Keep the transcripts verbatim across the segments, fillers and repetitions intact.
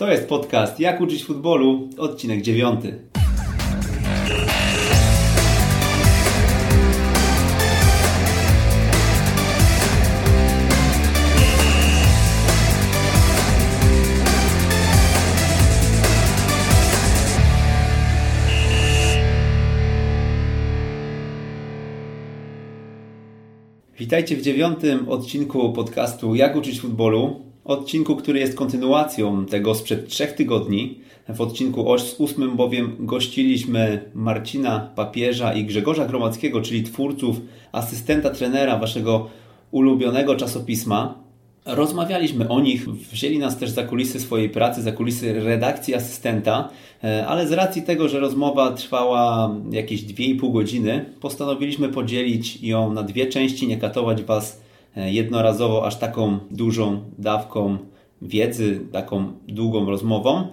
To jest podcast Jak uczyć futbolu, odcinek dziewiąty. Witajcie w dziewiątym odcinku podcastu Jak uczyć futbolu. Odcinku, który jest kontynuacją tego sprzed trzech tygodni. W odcinku ósmym bowiem gościliśmy Marcina Papieża i Grzegorza Gromadzkiego, czyli twórców, asystenta trenera waszego ulubionego czasopisma. Rozmawialiśmy o nich, wzięli nas też za kulisy swojej pracy, za kulisy redakcji asystenta, ale z racji tego, że rozmowa trwała jakieś dwie i pół godziny, postanowiliśmy podzielić ją na dwie części, nie katować was jednorazowo aż taką dużą dawką wiedzy, taką długą rozmową.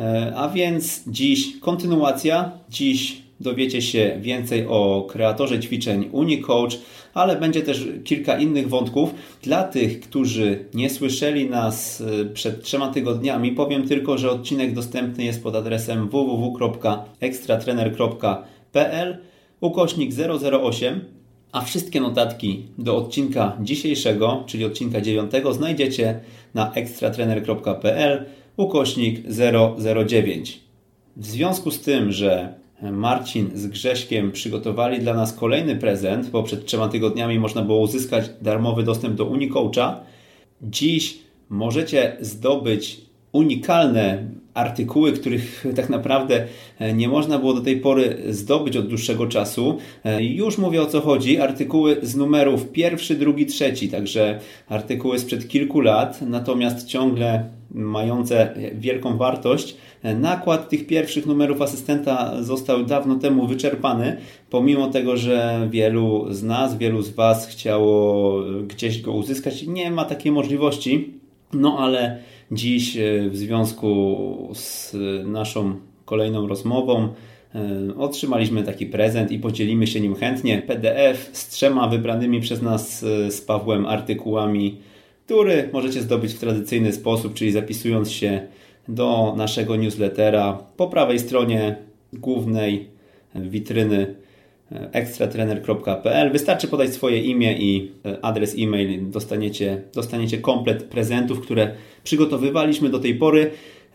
A więc dziś kontynuacja. Dziś dowiecie się więcej o kreatorze ćwiczeń UniCoach, ale będzie też kilka innych wątków. Dla tych, którzy nie słyszeli nas przed trzema tygodniami, powiem tylko, że odcinek dostępny jest pod adresem w w w kropka ekstratrener kropka p l ukośnik zero zero osiem, a wszystkie notatki do odcinka dzisiejszego, czyli odcinka dziewiątego, znajdziecie na ekstratrener kropka p l ukośnik zero zero dziewięć. W związku z tym, że Marcin z Grześkiem przygotowali dla nas kolejny prezent, bo przed trzema tygodniami można było uzyskać darmowy dostęp do UniCoacha, dziś możecie zdobyć unikalne artykuły, których tak naprawdę nie można było do tej pory zdobyć od dłuższego czasu. Już mówię, o co chodzi. Artykuły z numerów pierwszy, drugi, trzeci, także artykuły sprzed kilku lat, natomiast ciągle mające wielką wartość. Nakład tych pierwszych numerów asystenta został dawno temu wyczerpany, pomimo tego, że wielu z nas, wielu z was chciało gdzieś go uzyskać. Nie ma takiej możliwości, no ale dziś w związku z naszą kolejną rozmową otrzymaliśmy taki prezent i podzielimy się nim chętnie. P D F z trzema wybranymi przez nas z Pawłem artykułami, który możecie zdobyć w tradycyjny sposób, czyli zapisując się do naszego newslettera po prawej stronie głównej witryny ekstratrener kropka p l. Wystarczy podać swoje imię i adres e-mail. Dostaniecie, dostaniecie komplet prezentów, które przygotowywaliśmy do tej pory.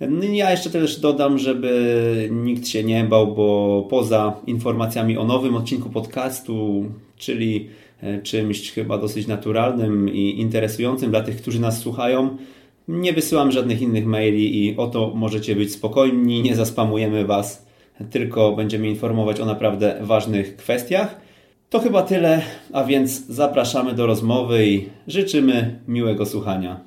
Ja jeszcze też dodam, żeby nikt się nie bał, bo poza informacjami o nowym odcinku podcastu, czyli czymś chyba dosyć naturalnym i interesującym dla tych, którzy nas słuchają, nie wysyłam żadnych innych maili i o to możecie być spokojni, nie zaspamujemy was, tylko będziemy informować o naprawdę ważnych kwestiach. To chyba tyle, a więc zapraszamy do rozmowy i życzymy miłego słuchania.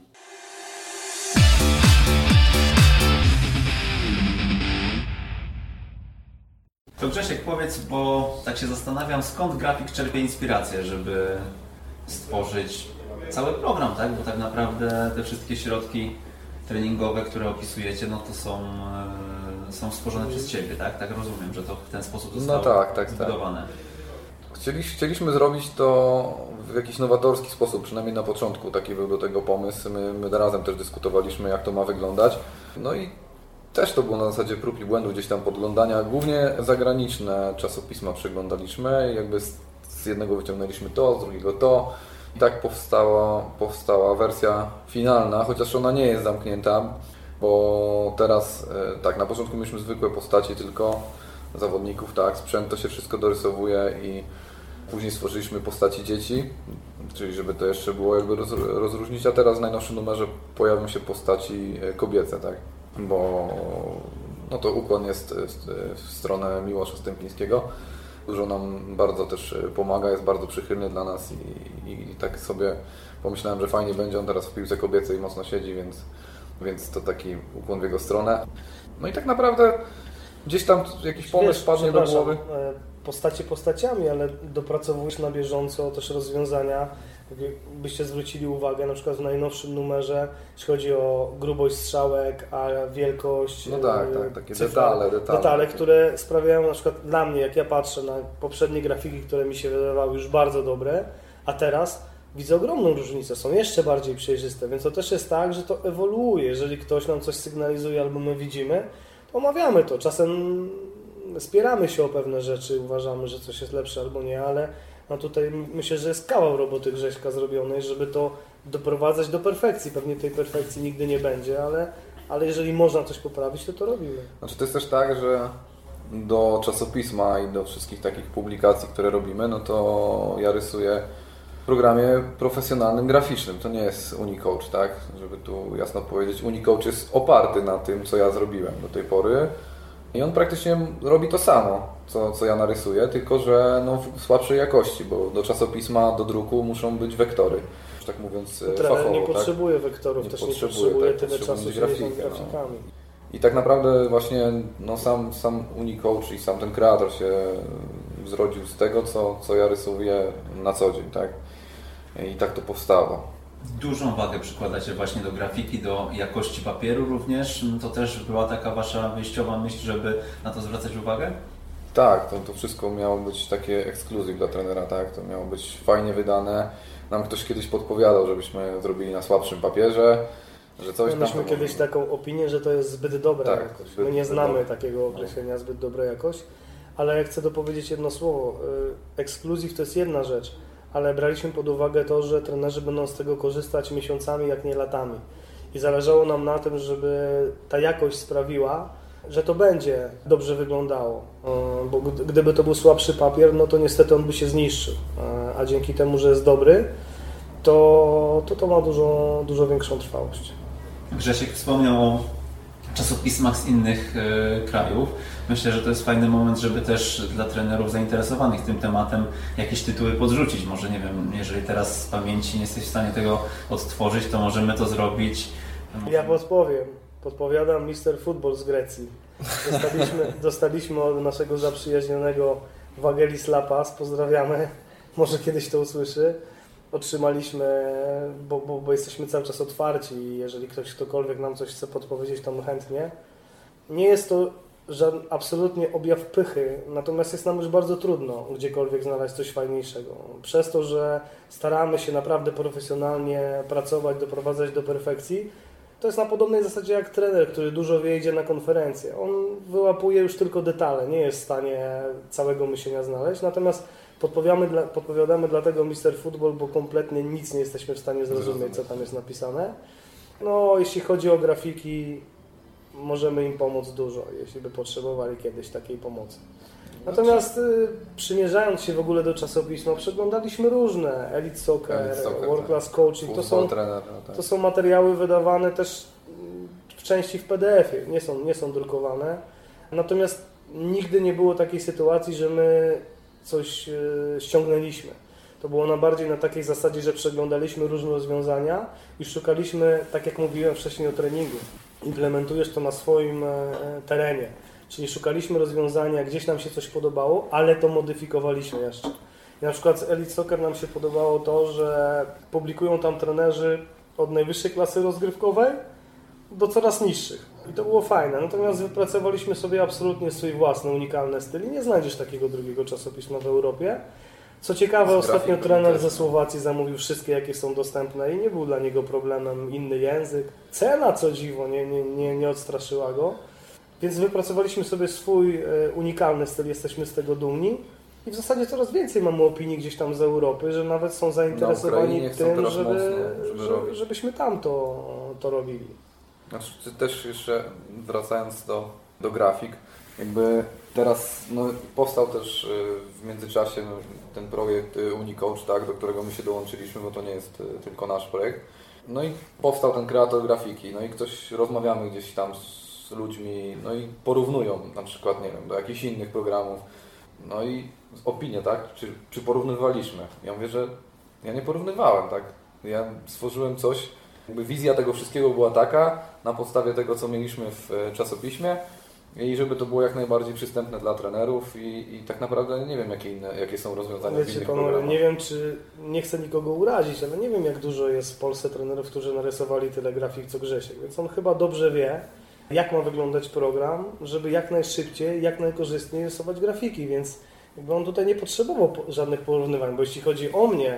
To Grzesiek, powiedz, bo tak się zastanawiam, skąd grafik czerpie inspirację, żeby stworzyć cały program, tak? Bo tak naprawdę te wszystkie środki treningowe, które opisujecie, no to są, są stworzone przez Ciebie, tak? Tak rozumiem, że to w ten sposób zostało no tak, tak, zbudowane. Tak. Chcieli, chcieliśmy zrobić to w jakiś nowatorski sposób, przynajmniej na początku taki był do tego pomysł. My, my razem też dyskutowaliśmy, jak to ma wyglądać. No i też to było na zasadzie prób i błędów, gdzieś tam podglądania. Głównie zagraniczne czasopisma przeglądaliśmy, jakby z, z jednego wyciągnęliśmy to, z drugiego to. I tak powstała, powstała wersja finalna, chociaż ona nie jest zamknięta, bo teraz, tak, na początku mieliśmy zwykłe postaci tylko zawodników, tak, sprzęt to się wszystko dorysowuje i później stworzyliśmy postaci dzieci, czyli żeby to jeszcze było jakby roz, rozróżnić, a teraz w najnowszym numerze pojawią się postaci kobiece, tak, bo no to ukłon jest w stronę Miłosza Stępińskiego. Dużo nam bardzo też pomaga, jest bardzo przychylny dla nas i, i, i tak sobie pomyślałem, że fajnie będzie, on teraz w piłce kobiecej mocno siedzi, więc, więc to taki ukłon w jego stronę. No i tak naprawdę gdzieś tam jakiś pomysł wpadnie do głowy. Postacie postaciami, ale dopracowujesz na bieżąco też rozwiązania. Byście zwrócili uwagę na przykład w najnowszym numerze, jeśli chodzi o grubość strzałek, a wielkość, no tak, tak, takie cyfr, detale, detale, detale, które sprawiają na przykład dla mnie, jak ja patrzę na poprzednie grafiki, które mi się wydawały już bardzo dobre, a teraz widzę ogromną różnicę, są jeszcze bardziej przejrzyste, więc to też jest tak, że to ewoluuje. Jeżeli ktoś nam coś sygnalizuje albo my widzimy, to omawiamy to. Czasem spieramy się o pewne rzeczy, uważamy, że coś jest lepsze albo nie, ale no tutaj myślę, że jest kawał roboty Grześka zrobionej, żeby to doprowadzać do perfekcji. Pewnie tej perfekcji nigdy nie będzie, ale, ale jeżeli można coś poprawić, to to robimy. Znaczy to jest też tak, że do czasopisma i do wszystkich takich publikacji, które robimy, no to ja rysuję w programie profesjonalnym, graficznym. To nie jest Unicoach, tak? Żeby tu jasno powiedzieć, Unicoach jest oparty na tym, co ja zrobiłem do tej pory. I on praktycznie robi to samo, co, co ja narysuję, tylko że no, w słabszej jakości, bo do czasopisma, do druku muszą być wektory, tak mówiąc no, fachowo. nie tak? potrzebuje wektorów, nie też potrzebuje, nie potrzebuje tak, tyle czasu, że grafikę, są grafikami. No. I tak naprawdę właśnie no, sam, sam Unicoach i sam ten kreator się zrodził z tego, co, co ja rysuję na co dzień, tak? I tak to powstało. Dużą wagę przykładacie właśnie do grafiki, do jakości papieru również. To też była taka Wasza wyjściowa myśl, żeby na to zwracać uwagę? Tak, to, to wszystko miało być takie ekskluzyw dla trenera, tak? To miało być fajnie wydane. Nam ktoś kiedyś podpowiadał, żebyśmy zrobili na słabszym papierze, że coś tam... Mieliśmy kiedyś taką opinię, że to jest zbyt dobra tak, jakość. Zbyt, My nie znamy zbyt takiego określenia zbyt dobra jakość, ale ja chcę dopowiedzieć jedno słowo. Ekskluzyw to jest jedna rzecz, ale braliśmy pod uwagę to, że trenerzy będą z tego korzystać miesiącami, jak nie latami. I zależało nam na tym, żeby ta jakość sprawiła, że to będzie dobrze wyglądało. Bo gdyby to był słabszy papier, no to niestety on by się zniszczył. A dzięki temu, że jest dobry, to to, to ma dużo, dużo większą trwałość. Grzesiek wspomniał o czasopismach z innych y, krajów. Myślę, że to jest fajny moment, żeby też dla trenerów zainteresowanych tym tematem jakieś tytuły podrzucić. Może, nie wiem, jeżeli teraz z pamięci nie jesteś w stanie tego odtworzyć, to możemy to zrobić. Ja podpowiem. Podpowiadam mister Football z Grecji. Dostaliśmy, dostaliśmy od naszego zaprzyjaźnionego Vangelis Lapas, pozdrawiamy, może kiedyś to usłyszy. Otrzymaliśmy, bo, bo, bo jesteśmy cały czas otwarci i jeżeli ktoś, ktokolwiek nam coś chce podpowiedzieć, to my chętnie. Nie jest to żaden, absolutnie objaw pychy, natomiast jest nam już bardzo trudno gdziekolwiek znaleźć coś fajniejszego. Przez to, że staramy się naprawdę profesjonalnie pracować, doprowadzać do perfekcji, to jest na podobnej zasadzie jak trener, który dużo wie, idzie na konferencję. On wyłapuje już tylko detale, nie jest w stanie całego myślenia znaleźć, natomiast podpowiadamy, dla, podpowiadamy dlatego mister Football, bo kompletnie nic nie jesteśmy w stanie zrozumieć, co tam jest napisane. No, jeśli chodzi o grafiki, możemy im pomóc dużo, jeśli by potrzebowali kiedyś takiej pomocy. Natomiast y, przymierzając się w ogóle do czasopisma, przeglądaliśmy różne, Elite Soccer, Elite Soccer World Class Coaching, to są, trener, no tak. to są materiały wydawane też w części w P D F-ie, nie są, nie są drukowane. Natomiast nigdy nie było takiej sytuacji, że my coś y, ściągnęliśmy. To było na bardziej na takiej zasadzie, że przeglądaliśmy różne rozwiązania i szukaliśmy, tak jak mówiłem wcześniej o treningu, implementujesz to na swoim e, terenie. Czyli szukaliśmy rozwiązania, gdzieś nam się coś podobało, ale to modyfikowaliśmy jeszcze. I na przykład z Elite Soccer nam się podobało to, że publikują tam trenerzy od najwyższej klasy rozgrywkowej do coraz niższych. I to było fajne. Natomiast wypracowaliśmy sobie absolutnie swój własny, unikalny styl i nie znajdziesz takiego drugiego czasopisma w Europie. Co ciekawe, ostatnio trener ze Słowacji zamówił wszystkie, jakie są dostępne i nie był dla niego problemem inny język. Cena, co dziwo, nie, nie, nie, nie odstraszyła go. Więc wypracowaliśmy sobie swój unikalny styl, jesteśmy z tego dumni. I w zasadzie coraz więcej mamy opinii gdzieś tam z Europy, że nawet są zainteresowani tym, żeby, mocno, żeby żeby, żebyśmy tam to, to robili. Znaczy, też jeszcze wracając do, do grafik, jakby teraz no, powstał też w międzyczasie ten projekt Unicoach, tak, do którego my się dołączyliśmy, bo to nie jest tylko nasz projekt. No i powstał ten kreator grafiki, no i ktoś, rozmawiamy gdzieś tam z ludźmi, no i porównują na przykład, nie wiem, do jakichś innych programów, no i opinie, tak, czy, czy porównywaliśmy. Ja mówię, że ja nie porównywałem, tak, ja stworzyłem coś, jakby wizja tego wszystkiego była taka, na podstawie tego, co mieliśmy w czasopiśmie, i żeby to było jak najbardziej przystępne dla trenerów i, i tak naprawdę nie wiem, jakie, inne, jakie są rozwiązania Wiecie, w innych panowie, programach. nie wiem, czy nie chcę nikogo urazić, ale nie wiem, jak dużo jest w Polsce trenerów, którzy narysowali tyle grafik co Grzesiek, więc on chyba dobrze wie, jak ma wyglądać program, żeby jak najszybciej, jak najkorzystniej rysować grafiki, więc jakby on tutaj nie potrzebował żadnych porównywań, bo jeśli chodzi o mnie,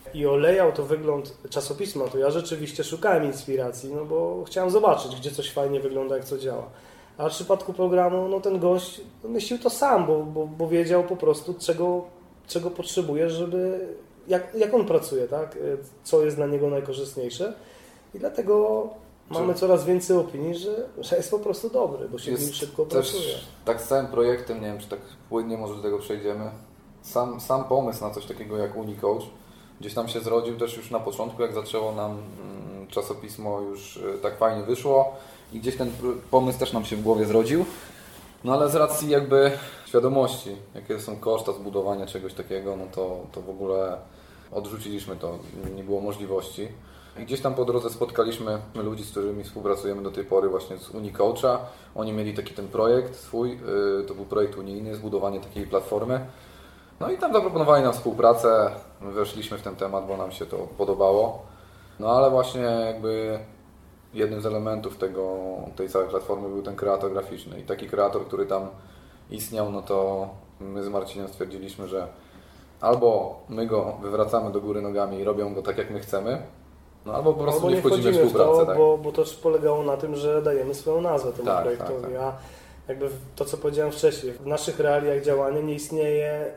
i o layout, to wygląd czasopisma, to ja rzeczywiście szukałem inspiracji, no bo chciałem zobaczyć, gdzie coś fajnie wygląda, jak co działa. A w przypadku programu, no ten gość myślił to sam, bo, bo, bo wiedział po prostu, czego, czego potrzebuje, żeby, jak, jak on pracuje, tak? Co jest dla niego najkorzystniejsze. I dlatego mamy coraz więcej opinii, że, że jest po prostu dobry, bo się nim szybko pracuje. Tak z całym projektem, nie wiem, czy tak płynnie może do tego przejdziemy. Sam, sam pomysł na coś takiego jak UniCoach gdzieś tam się zrodził też już na początku, jak zaczęło nam mm, czasopismo już y, tak fajnie wyszło i gdzieś ten pomysł też nam się w głowie zrodził. No ale z racji jakby świadomości, jakie są koszta zbudowania czegoś takiego, no to, to w ogóle odrzuciliśmy to, nie było możliwości. I gdzieś tam po drodze spotkaliśmy ludzi, z którymi współpracujemy do tej pory właśnie z UniCoacha. Oni mieli taki ten projekt swój, y, to był projekt unijny, zbudowanie takiej platformy. No i tam zaproponowali nam współpracę, my weszliśmy w ten temat, bo nam się to podobało. No ale właśnie jakby jednym z elementów tego, tej całej platformy był ten kreator graficzny. I taki kreator, który tam istniał, no to my z Marcinem stwierdziliśmy, że albo my go wywracamy do góry nogami i robią go tak, jak my chcemy, no albo po prostu albo nie wchodzimy w współpracę. W to, tak? bo, bo to polegało na tym, że dajemy swoją nazwę temu tak, projektowi. tak, tak. A jakby to, co powiedziałem wcześniej, w naszych realiach działania nie istnieje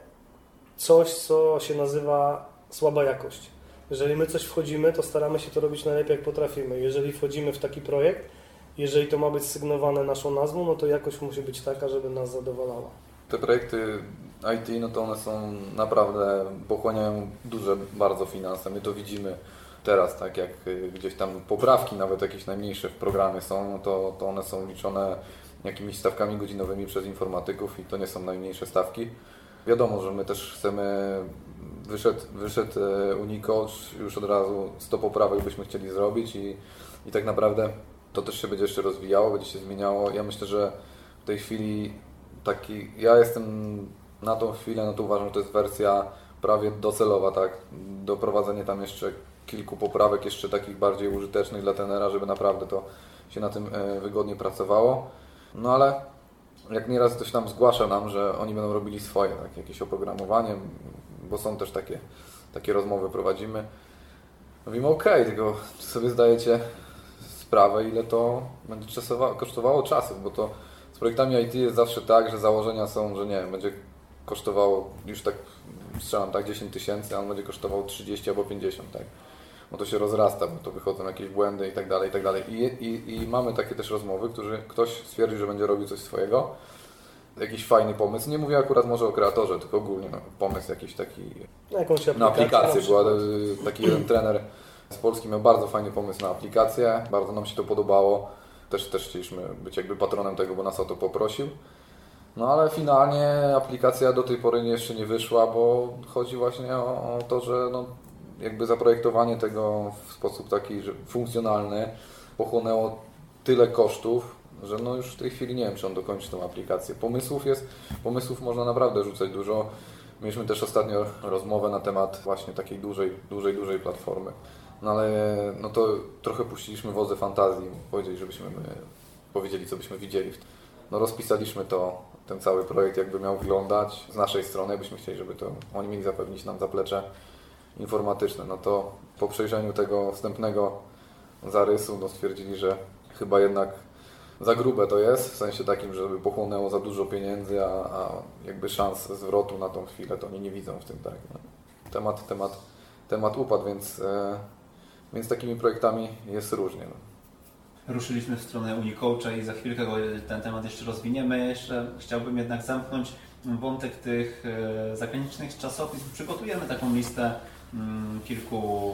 coś, co się nazywa słaba jakość. Jeżeli my coś wchodzimy, to staramy się to robić najlepiej, jak potrafimy. Jeżeli wchodzimy w taki projekt, jeżeli to ma być sygnowane naszą nazwą, no to jakość musi być taka, żeby nas zadowalała. Te projekty I T, no to one są naprawdę, pochłaniają duże bardzo finanse. My to widzimy teraz, tak jak gdzieś tam poprawki, nawet jakieś najmniejsze w programie są, no to, to one są liczone jakimiś stawkami godzinowymi przez informatyków i to nie są najmniejsze stawki. Wiadomo, że my też chcemy, wyszedł, wyszedł UniCoach, już od razu sto poprawek byśmy chcieli zrobić i, i tak naprawdę to też się będzie jeszcze rozwijało, będzie się zmieniało. Ja myślę, że w tej chwili taki, ja jestem na tą chwilę, no to uważam, że to jest wersja prawie docelowa, tak, doprowadzenie tam jeszcze kilku poprawek, jeszcze takich bardziej użytecznych dla trenera, żeby naprawdę to się na tym wygodnie pracowało. No ale jak nieraz ktoś tam zgłasza nam, że oni będą robili swoje, tak, jakieś oprogramowanie, bo są też takie, takie rozmowy prowadzimy. Mówimy okej, okay, tylko czy sobie zdajecie sprawę, ile to będzie czasowało, kosztowało czasów, bo to z projektami I T jest zawsze tak, że założenia są, że nie wiem, będzie kosztowało już tak, strzelam tak, dziesięć tysięcy, a on będzie kosztował trzydzieści albo pięćdziesiąt, tak. Bo to się rozrasta, bo to wychodzą jakieś błędy i tak dalej, i tak dalej. I, i, i mamy takie też rozmowy, którzy ktoś stwierdzi, że będzie robił coś swojego, jakiś fajny pomysł. Nie mówię akurat może o kreatorze, tylko ogólnie no, pomysł jakiś taki na jakąś aplikację. Na aplikację. Była, taki jeden trener z Polski miał bardzo fajny pomysł na aplikację, bardzo nam się to podobało. Też, też chcieliśmy być jakby patronem tego, bo nas o to poprosił. No ale finalnie aplikacja do tej pory jeszcze nie wyszła, bo chodzi właśnie o, o to, że no, jakby zaprojektowanie tego w sposób taki że funkcjonalny pochłonęło tyle kosztów, że no już w tej chwili nie wiem, czy on dokończy tą aplikację. Pomysłów jest, pomysłów można naprawdę rzucać dużo. Mieliśmy też ostatnio rozmowę na temat właśnie takiej dużej, dużej, dużej platformy. No ale no to trochę puściliśmy wodze fantazji, powiedzieli, żebyśmy my powiedzieli, co byśmy widzieli. No rozpisaliśmy to, ten cały projekt, jakby miał wyglądać z naszej strony, byśmy chcieli, żeby to oni mieli zapewnić nam zaplecze informatyczne. No to po przejrzeniu tego wstępnego zarysu no stwierdzili, że chyba jednak za grube to jest, w sensie takim, żeby pochłonęło za dużo pieniędzy, a, a jakby szans zwrotu na tą chwilę to oni nie widzą w tym. Tak. No. Temat, temat, temat upadł, więc, e, więc takimi projektami jest różnie. No. Ruszyliśmy w stronę UniCoacha i za chwilkę ten temat jeszcze rozwiniemy. Jeszcze chciałbym jednak zamknąć wątek tych zagranicznych czasopism. Przygotujemy taką listę kilku,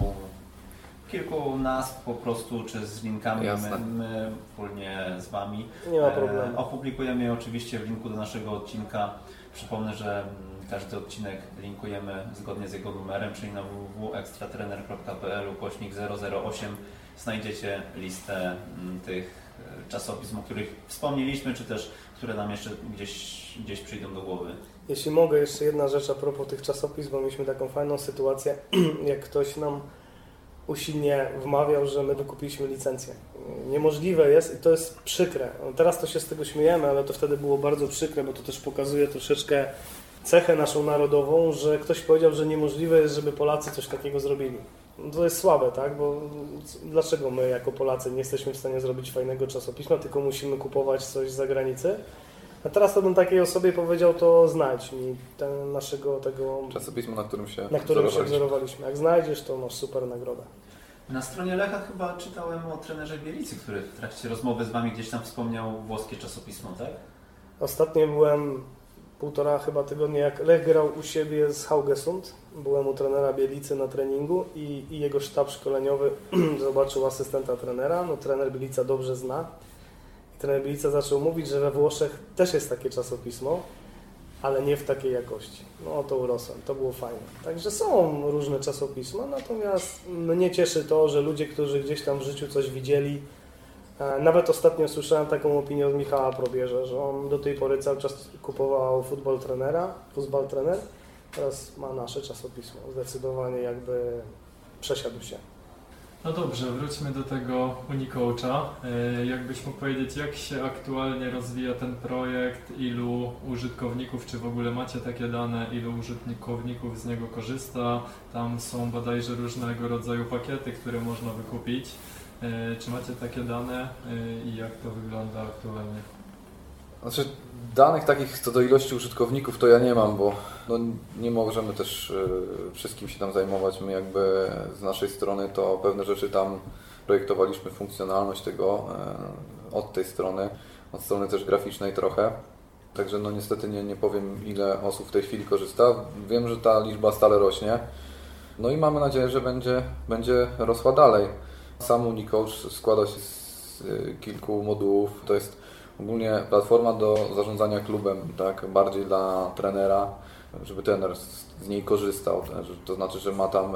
kilku nazw po prostu, czy z linkami. My, my wspólnie z Wami. Nie ma problemu. Opublikujemy je oczywiście w linku do naszego odcinka. Przypomnę, że każdy odcinek linkujemy zgodnie z jego numerem, czyli na w w w kropka ekstratrener kropka p l ukośnik zero zero osiem. Znajdziecie listę tych czasopism, o których wspomnieliśmy, czy też które nam jeszcze gdzieś, gdzieś przyjdą do głowy. Jeśli mogę, jeszcze jedna rzecz a propos tych czasopism, bo mieliśmy taką fajną sytuację, jak ktoś nam usilnie wmawiał, że my wykupiliśmy licencję. Niemożliwe jest i to jest przykre. Teraz to się z tego śmiejemy, ale to wtedy było bardzo przykre, bo to też pokazuje troszeczkę cechę naszą narodową, że ktoś powiedział, że niemożliwe jest, żeby Polacy coś takiego zrobili. No to jest słabe, tak? Bo dlaczego my jako Polacy nie jesteśmy w stanie zrobić fajnego czasopisma, tylko musimy kupować coś z zagranicy? A teraz to bym takiej osobie powiedział, to znajdź mi ten naszego tego... Czasopismo, na którym się na którym wzorowaliśmy. się wzorowaliśmy. Jak znajdziesz, to masz super nagrodę. Na stronie Lecha chyba czytałem o trenerze Bielicy, który w trakcie rozmowy z Wami gdzieś tam wspomniał włoskie czasopismo, tak? Ostatnio byłem półtora chyba tygodnia, jak Lech grał u siebie z Haugesund. Byłem u trenera Bielicy na treningu i, i jego sztab szkoleniowy zobaczył asystenta trenera. No trener Bielica dobrze zna. I trener Bielica zaczął mówić, że we Włoszech też jest takie czasopismo, ale nie w takiej jakości. No to urosłem, to było fajne. Także są różne czasopisma, natomiast mnie cieszy to, że ludzie, którzy gdzieś tam w życiu coś widzieli, nawet ostatnio słyszałem taką opinię od Michała Probierza, że on do tej pory cały czas kupował Football Trenera, Fußball Trener, teraz ma nasze czasopismo. Zdecydowanie jakby przesiadł się. No dobrze, wróćmy do tego Unicoacha. Jakbyś mógł powiedzieć, jak się aktualnie rozwija ten projekt, ilu użytkowników, czy w ogóle macie takie dane, ilu użytkowników z niego korzysta? Tam są bodajże różnego rodzaju pakiety, które można wykupić. Czy macie takie dane i jak to wygląda aktualnie? Znaczy, danych takich co do ilości użytkowników to ja nie mam, bo no, nie możemy też y, wszystkim się tam zajmować. My jakby z naszej strony to pewne rzeczy tam projektowaliśmy, funkcjonalność tego y, od tej strony, od strony też graficznej trochę. Także no niestety nie, nie powiem, ile osób w tej chwili korzysta. Wiem, że ta liczba stale rośnie. No i mamy nadzieję, że będzie, będzie rosła dalej. Sam Unicoach składa się z y, kilku modułów. To jest ogólnie platforma do zarządzania klubem, tak, bardziej dla trenera, żeby trener z, z niej korzystał. To znaczy, że ma tam e,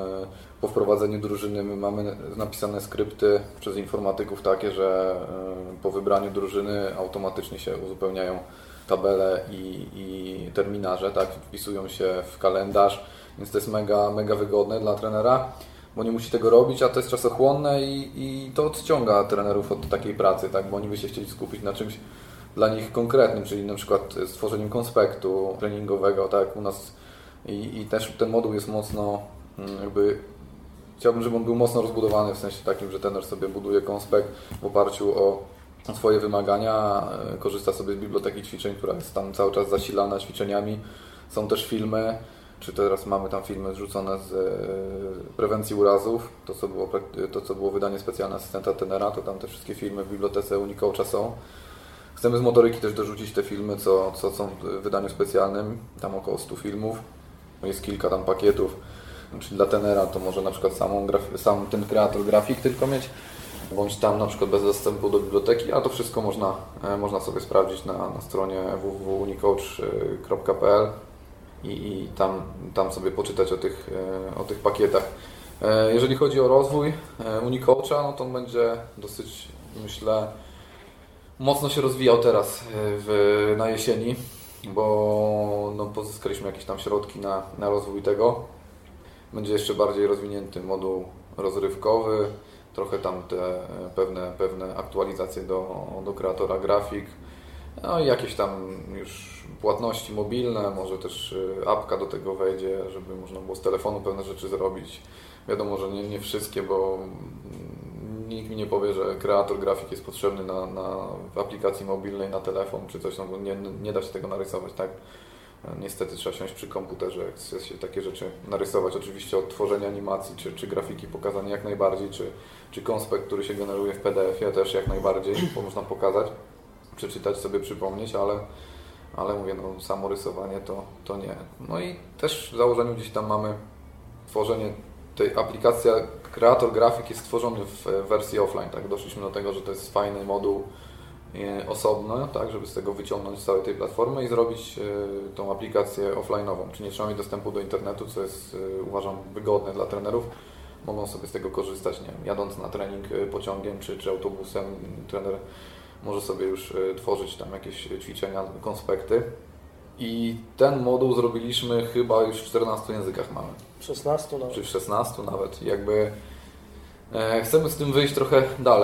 po wprowadzeniu drużyny my mamy napisane skrypty przez informatyków takie, że e, po wybraniu drużyny automatycznie się uzupełniają tabele i, i terminarze, tak, wpisują się w kalendarz, więc to jest mega, mega wygodne dla trenera, bo nie musi tego robić, a to jest czasochłonne i, i to odciąga trenerów od takiej pracy, tak? Bo oni by się chcieli skupić na czymś dla nich konkretnym, czyli na przykład stworzeniem konspektu treningowego, tak? U nas i, i też ten moduł jest mocno jakby, chciałbym, żeby on był mocno rozbudowany w sensie takim, że trener sobie buduje konspekt w oparciu o swoje wymagania, korzysta sobie z biblioteki ćwiczeń, która jest tam cały czas zasilana ćwiczeniami, są też filmy, czy teraz mamy tam filmy zrzucone z prewencji urazów, to co było, to, co było wydanie specjalne asystenta trenera, to tam te wszystkie filmy w bibliotece Unicoacha są. Chcemy z motoryki też dorzucić te filmy, co, co są w wydaniu specjalnym, tam około stu filmów, jest kilka tam pakietów, czyli dla trenera to może na przykład samą graf- sam ten kreator grafik tylko mieć, bądź tam na przykład bez dostępu do biblioteki, a to wszystko można, można sobie sprawdzić na, na stronie w w w kropka unicoach kropka p l. I, i tam, tam sobie poczytać o tych, o tych pakietach. Jeżeli chodzi o rozwój Unicoacha, no to on będzie dosyć, myślę, mocno się rozwijał teraz w, na jesieni, bo no, pozyskaliśmy jakieś tam środki na, na rozwój tego. Będzie jeszcze bardziej rozwinięty moduł rozrywkowy, trochę tam te pewne, pewne aktualizacje do, do kreatora grafik. No i jakieś tam już płatności mobilne, może też apka do tego wejdzie, żeby można było z telefonu pewne rzeczy zrobić. Wiadomo, że nie, nie wszystkie, bo nikt mi nie powie, że kreator grafik jest potrzebny na, na, w aplikacji mobilnej na telefon czy coś, no bo nie, nie da się tego narysować, tak? Niestety trzeba siąść przy komputerze, jak chce się takie rzeczy narysować. Oczywiście od tworzenia animacji czy, czy grafiki pokazania jak najbardziej, czy, czy konspekt, który się generuje w P D F ie też jak najbardziej, bo można pokazać, przeczytać sobie, przypomnieć, ale, ale mówię, no samo rysowanie to, to nie. No i też w założeniu gdzieś tam mamy tworzenie tej aplikacji, kreator grafik jest stworzony w wersji offline, tak? Doszliśmy do tego, że to jest fajny moduł osobny, tak, żeby z tego wyciągnąć z całej tej platformy i zrobić tą aplikację offline'ową, czyli nie trzeba mieć dostępu do internetu, co jest, uważam, wygodne dla trenerów. Mogą sobie z tego korzystać, nie wiem, jadąc na trening pociągiem czy, czy autobusem, trener może sobie już tworzyć tam jakieś ćwiczenia, konspekty. I ten moduł zrobiliśmy chyba już w czternastu językach mamy. szesnastu nawet. Czy w szesnastu nawet. Jakby e, chcemy z tym wyjść trochę dalej.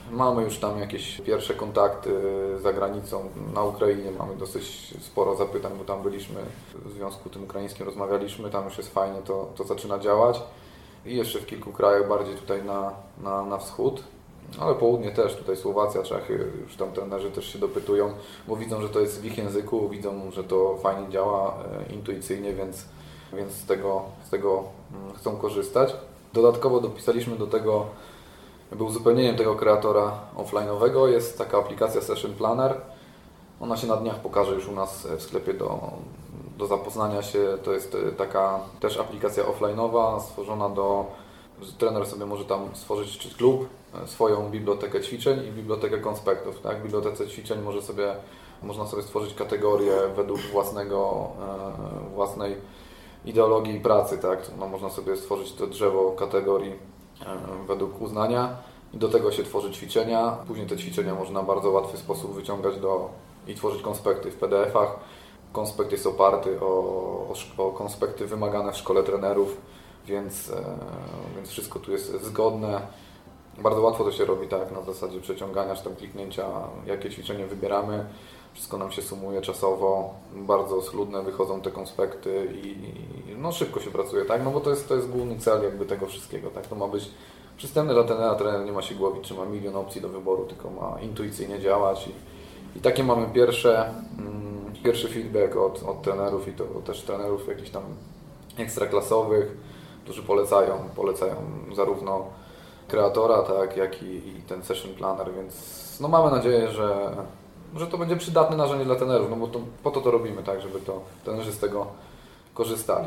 Mamy już tam jakieś pierwsze kontakty za granicą. Na Ukrainie mamy dosyć sporo zapytań, bo tam byliśmy, w związku tym ukraińskim rozmawialiśmy, tam już jest fajnie, to, to zaczyna działać. I jeszcze w kilku krajach bardziej tutaj na, na, na wschód, ale południe też, tutaj Słowacja, Czechy, już tam trenerzy też się dopytują, bo widzą, że to jest w ich języku, widzą, że to fajnie działa, e, intuicyjnie, więc, więc z tego, z tego chcą korzystać. Dodatkowo dopisaliśmy do tego, jakby uzupełnieniem tego kreatora offline'owego jest taka aplikacja Session Planner. Ona się na dniach pokaże już u nas w sklepie do, do zapoznania się. To jest taka też aplikacja offline'owa stworzona do... Trener sobie może tam stworzyć czy klub, swoją bibliotekę ćwiczeń i bibliotekę konspektów. Tak? W bibliotece ćwiczeń może sobie, można sobie stworzyć kategorie według własnego, własnej ideologii pracy. Tak? No, można sobie stworzyć to drzewo kategorii według uznania i do tego się tworzy ćwiczenia. Później te ćwiczenia można w bardzo łatwy sposób wyciągać do, i tworzyć konspekty w P D F-ach. Konspekt jest oparty o, o, o konspekty wymagane w szkole trenerów, więc, e, więc wszystko tu jest zgodne. Bardzo łatwo to się robi tak na zasadzie przeciągania czy tam kliknięcia, jakie ćwiczenie wybieramy. Wszystko nam się sumuje czasowo, bardzo schludne wychodzą te konspekty i, i no szybko się pracuje, tak? No bo to jest, to jest główny cel jakby tego wszystkiego, tak? To ma być przystępne dla trenera, trener nie ma się głowić, czy ma milion opcji do wyboru, tylko ma intuicyjnie działać i, i takie mamy pierwsze, mm, pierwszy feedback od, od trenerów i to też trenerów jakichś tam ekstraklasowych, którzy polecają, polecają zarówno kreatora, tak, jak i, i ten session planner, więc no mamy nadzieję, że że to będzie przydatne narzędzie dla trenerów, no bo to, po to to robimy, tak, żeby to trenerzy z tego korzystali.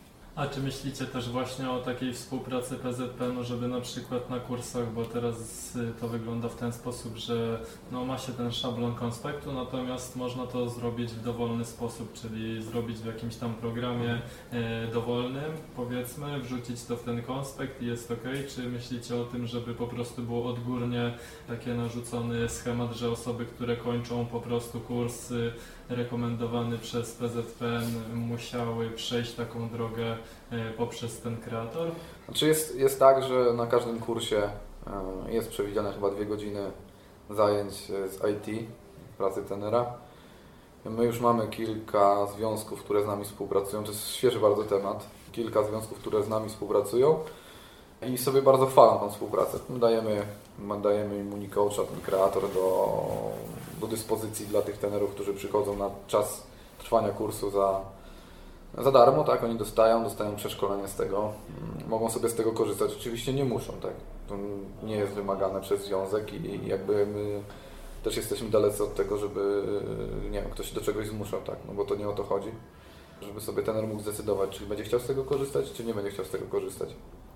A czy myślicie też właśnie o takiej współpracy P Z P, no żeby na przykład na kursach, bo teraz to wygląda w ten sposób, że no ma się ten szablon konspektu, natomiast można to zrobić w dowolny sposób, czyli zrobić w jakimś tam programie e, dowolnym, powiedzmy, wrzucić to w ten konspekt i jest ok? Czy myślicie o tym, żeby po prostu było odgórnie taki narzucony schemat, że osoby, które kończą po prostu kurs rekomendowany przez P Z P N musiały przejść taką drogę poprzez ten kreator? Znaczy jest, jest tak, że na każdym kursie jest przewidziane chyba dwie godziny zajęć z I T, pracy trenera. My już mamy kilka związków, które z nami współpracują, to jest świeży bardzo temat. Kilka związków, które z nami współpracują i sobie bardzo chwalą tą współpracę. My dajemy, my dajemy im Unicoacha, ten kreator do, do dyspozycji dla tych trenerów, którzy przychodzą na czas trwania kursu za, za darmo, tak? Oni dostają, dostają przeszkolenie z tego, mogą sobie z tego korzystać. Oczywiście nie muszą, tak? To nie jest wymagane przez związek i jakby my też jesteśmy dalecy od tego, żeby nie wiem, ktoś do czegoś zmuszał, tak? No bo to nie o to chodzi, żeby sobie trener mógł zdecydować, czy będzie chciał z tego korzystać, czy nie będzie chciał z tego korzystać.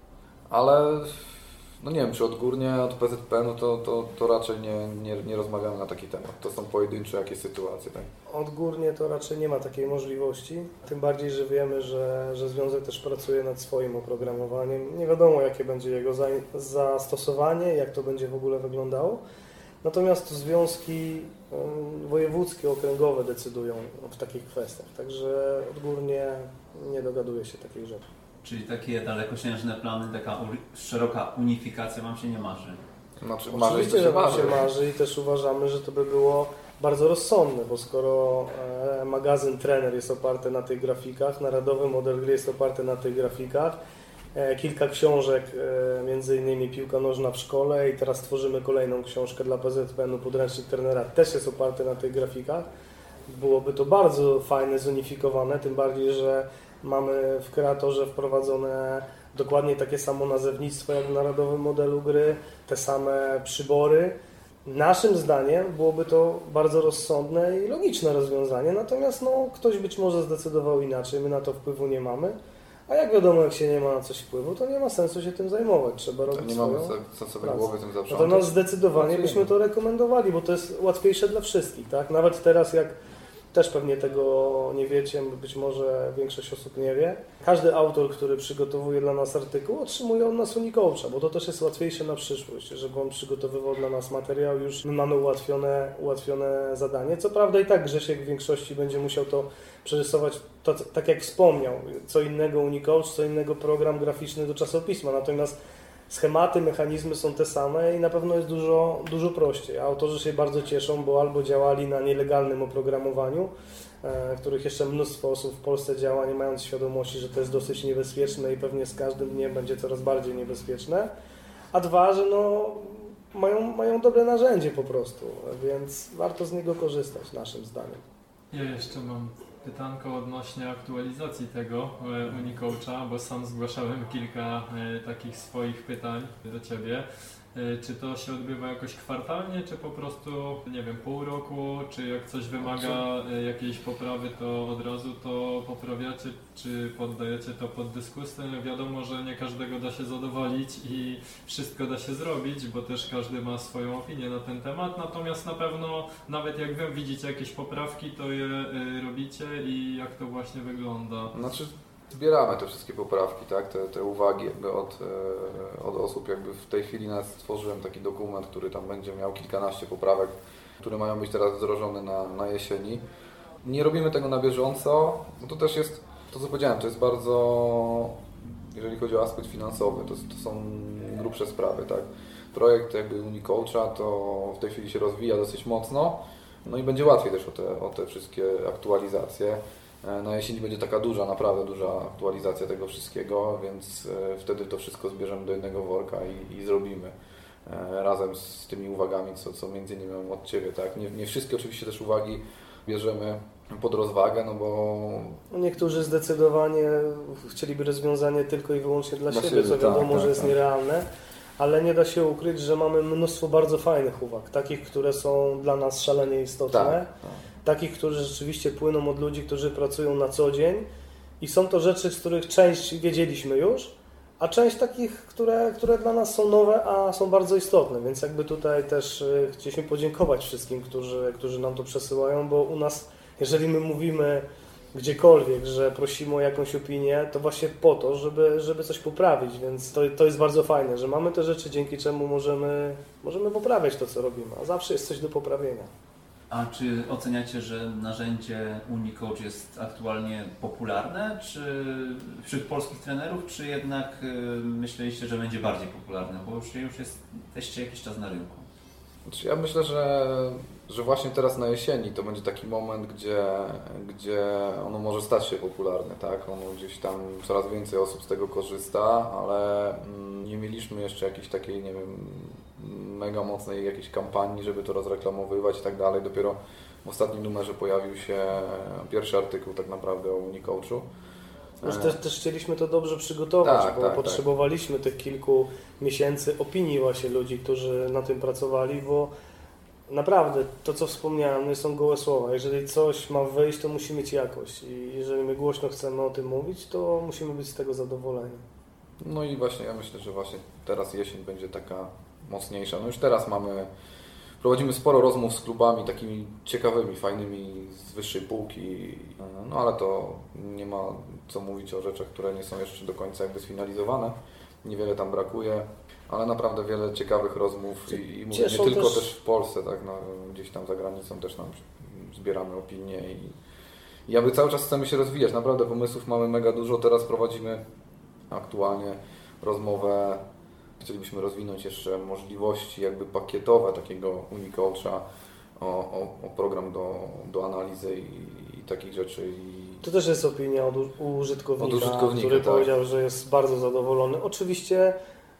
Ale no nie wiem, czy odgórnie od P Z P, no to, to, to raczej nie, nie, nie rozmawiamy na taki temat. To są pojedyncze jakieś sytuacje, tak? Odgórnie to raczej nie ma takiej możliwości. Tym bardziej, że wiemy, że, że Związek też pracuje nad swoim oprogramowaniem. Nie wiadomo, jakie będzie jego za, zastosowanie, jak to będzie w ogóle wyglądało. Natomiast związki wojewódzkie, okręgowe decydują w takich kwestiach. Także odgórnie nie dogaduje się takich rzeczy. Czyli takie dalekosiężne plany, taka szeroka unifikacja Wam się nie marzy? Znaczy, oczywiście, że Wam się marzy i też uważamy, że to by było bardzo rozsądne, bo skoro e, magazyn Trener jest oparty na tych grafikach, narodowy model gry jest oparty na tych grafikach, e, kilka książek, e, między innymi Piłka nożna w szkole i teraz tworzymy kolejną książkę dla P Z P N-u, podręcznik trenera też jest oparty na tych grafikach. Byłoby to bardzo fajne, zunifikowane, tym bardziej, że mamy w kreatorze wprowadzone dokładnie takie samo nazewnictwo jak w narodowym modelu gry, te same przybory. Naszym zdaniem byłoby to bardzo rozsądne i logiczne rozwiązanie, natomiast no, ktoś być może zdecydował inaczej, my na to wpływu nie mamy. A jak wiadomo, jak się nie ma na coś wpływu, to nie ma sensu się tym zajmować, trzeba robić nie swoją mamy co, co sobie głowy tym zaprzątać. Natomiast zdecydowanie byśmy to rekomendowali, bo to jest łatwiejsze dla wszystkich, tak? Nawet teraz jak też pewnie tego nie wiecie, być może większość osób nie wie. Każdy autor, który przygotowuje dla nas artykuł, otrzymuje od nas Unicoacha, bo to też jest łatwiejsze na przyszłość, żeby on przygotowywał dla nas materiał. Już my mamy ułatwione, ułatwione zadanie. Co prawda i tak Grzesiek w większości będzie musiał to przerysować, to, tak jak wspomniał, co innego Unicoach, co innego program graficzny do czasopisma. Natomiast schematy, mechanizmy są te same i na pewno jest dużo, dużo prościej. Autorzy się bardzo cieszą, bo albo działali na nielegalnym oprogramowaniu, w których jeszcze mnóstwo osób w Polsce działa, nie mając świadomości, że to jest dosyć niebezpieczne i pewnie z każdym dniem będzie coraz bardziej niebezpieczne. A dwa, że no, mają, mają dobre narzędzie po prostu, więc warto z niego korzystać naszym zdaniem. Ja jeszcze mam pytanko odnośnie aktualizacji tego Unicoacha, bo sam zgłaszałem kilka takich swoich pytań do Ciebie. Czy to się odbywa jakoś kwartalnie, czy po prostu, nie wiem, pół roku, czy jak coś wymaga jakiejś poprawy, to od razu to poprawiacie, czy poddajecie to pod dyskusję? Wiadomo, że nie każdego da się zadowolić i wszystko da się zrobić, bo też każdy ma swoją opinię na ten temat, natomiast na pewno, nawet jak Wy widzicie jakieś poprawki, to je robicie i jak to właśnie wygląda? Znaczy, zbieramy te wszystkie poprawki, tak? te, te uwagi jakby od, od osób. Jakby w tej chwili nawet stworzyłem taki dokument, który tam będzie miał kilkanaście poprawek, które mają być teraz wdrożone na, na jesieni. Nie robimy tego na bieżąco, bo to też jest, to co powiedziałem, to jest bardzo, jeżeli chodzi o aspekt finansowy, to, to są grubsze sprawy, tak? Projekt jakby Unicoacha to w tej chwili się rozwija dosyć mocno, no i będzie łatwiej też o te, o te wszystkie aktualizacje. Na jesieni będzie taka duża, naprawdę duża aktualizacja tego wszystkiego, więc wtedy to wszystko zbierzemy do jednego worka i, i zrobimy razem z tymi uwagami, co, co między innymi mam od Ciebie. Tak? Nie, nie wszystkie oczywiście też uwagi bierzemy pod rozwagę, no bo... Niektórzy zdecydowanie chcieliby rozwiązanie tylko i wyłącznie dla, dla siebie, siebie, co wiadomo, tak, że jest tak. nierealne, ale nie da się ukryć, że mamy mnóstwo bardzo fajnych uwag, takich, które są dla nas szalenie istotne. Tak, tak. Takich, które rzeczywiście płyną od ludzi, którzy pracują na co dzień i są to rzeczy, z których część wiedzieliśmy już, a część takich, które, które dla nas są nowe, a są bardzo istotne, więc jakby tutaj też chcieliśmy podziękować wszystkim, którzy, którzy nam to przesyłają, bo u nas, jeżeli my mówimy gdziekolwiek, że prosimy o jakąś opinię, to właśnie po to, żeby, żeby coś poprawić, więc to, to jest bardzo fajne, że mamy te rzeczy, dzięki czemu możemy, możemy poprawiać to, co robimy, a zawsze jest coś do poprawienia. A czy oceniacie, że narzędzie Unicoach jest aktualnie popularne czy wśród polskich trenerów, czy jednak myśleliście, że będzie bardziej popularne, bo już, już jesteście jakiś czas na rynku? Ja myślę, że, że właśnie teraz na jesieni to będzie taki moment, gdzie, gdzie ono może stać się popularne, tak? Ono gdzieś tam coraz więcej osób z tego korzysta, ale nie mieliśmy jeszcze jakiejś takiej, nie wiem, mega mocnej jakiejś kampanii, żeby to rozreklamowywać i tak dalej. Dopiero w ostatnim numerze pojawił się pierwszy artykuł tak naprawdę o Unicoachu. Też, też chcieliśmy to dobrze przygotować, tak, bo tak, potrzebowaliśmy tak. tych kilku miesięcy opinii właśnie ludzi, którzy na tym pracowali, bo naprawdę to, co wspomniałem, nie są gołe słowa. Jeżeli coś ma wyjść, to musi mieć jakość i jeżeli my głośno chcemy o tym mówić, to musimy być z tego zadowoleni. No i właśnie ja myślę, że właśnie teraz jesień będzie taka mocniejsza. No już teraz mamy, prowadzimy sporo rozmów z klubami takimi ciekawymi, fajnymi z wyższej półki, no ale to nie ma co mówić o rzeczach, które nie są jeszcze do końca jakby sfinalizowane. Niewiele tam brakuje, ale naprawdę wiele ciekawych rozmów i, i mówię, nie tylko też... też w Polsce, tak, no, gdzieś tam za granicą też nam zbieramy opinie i, i jakby cały czas chcemy się rozwijać. Naprawdę pomysłów mamy mega dużo. Teraz prowadzimy aktualnie rozmowę. Chcielibyśmy rozwinąć jeszcze możliwości jakby pakietowe takiego Unicoacha o, o, o program do, do analizy i, i takich rzeczy. I to też jest opinia od użytkownika, od użytkownika który tak. powiedział, że jest bardzo zadowolony. Oczywiście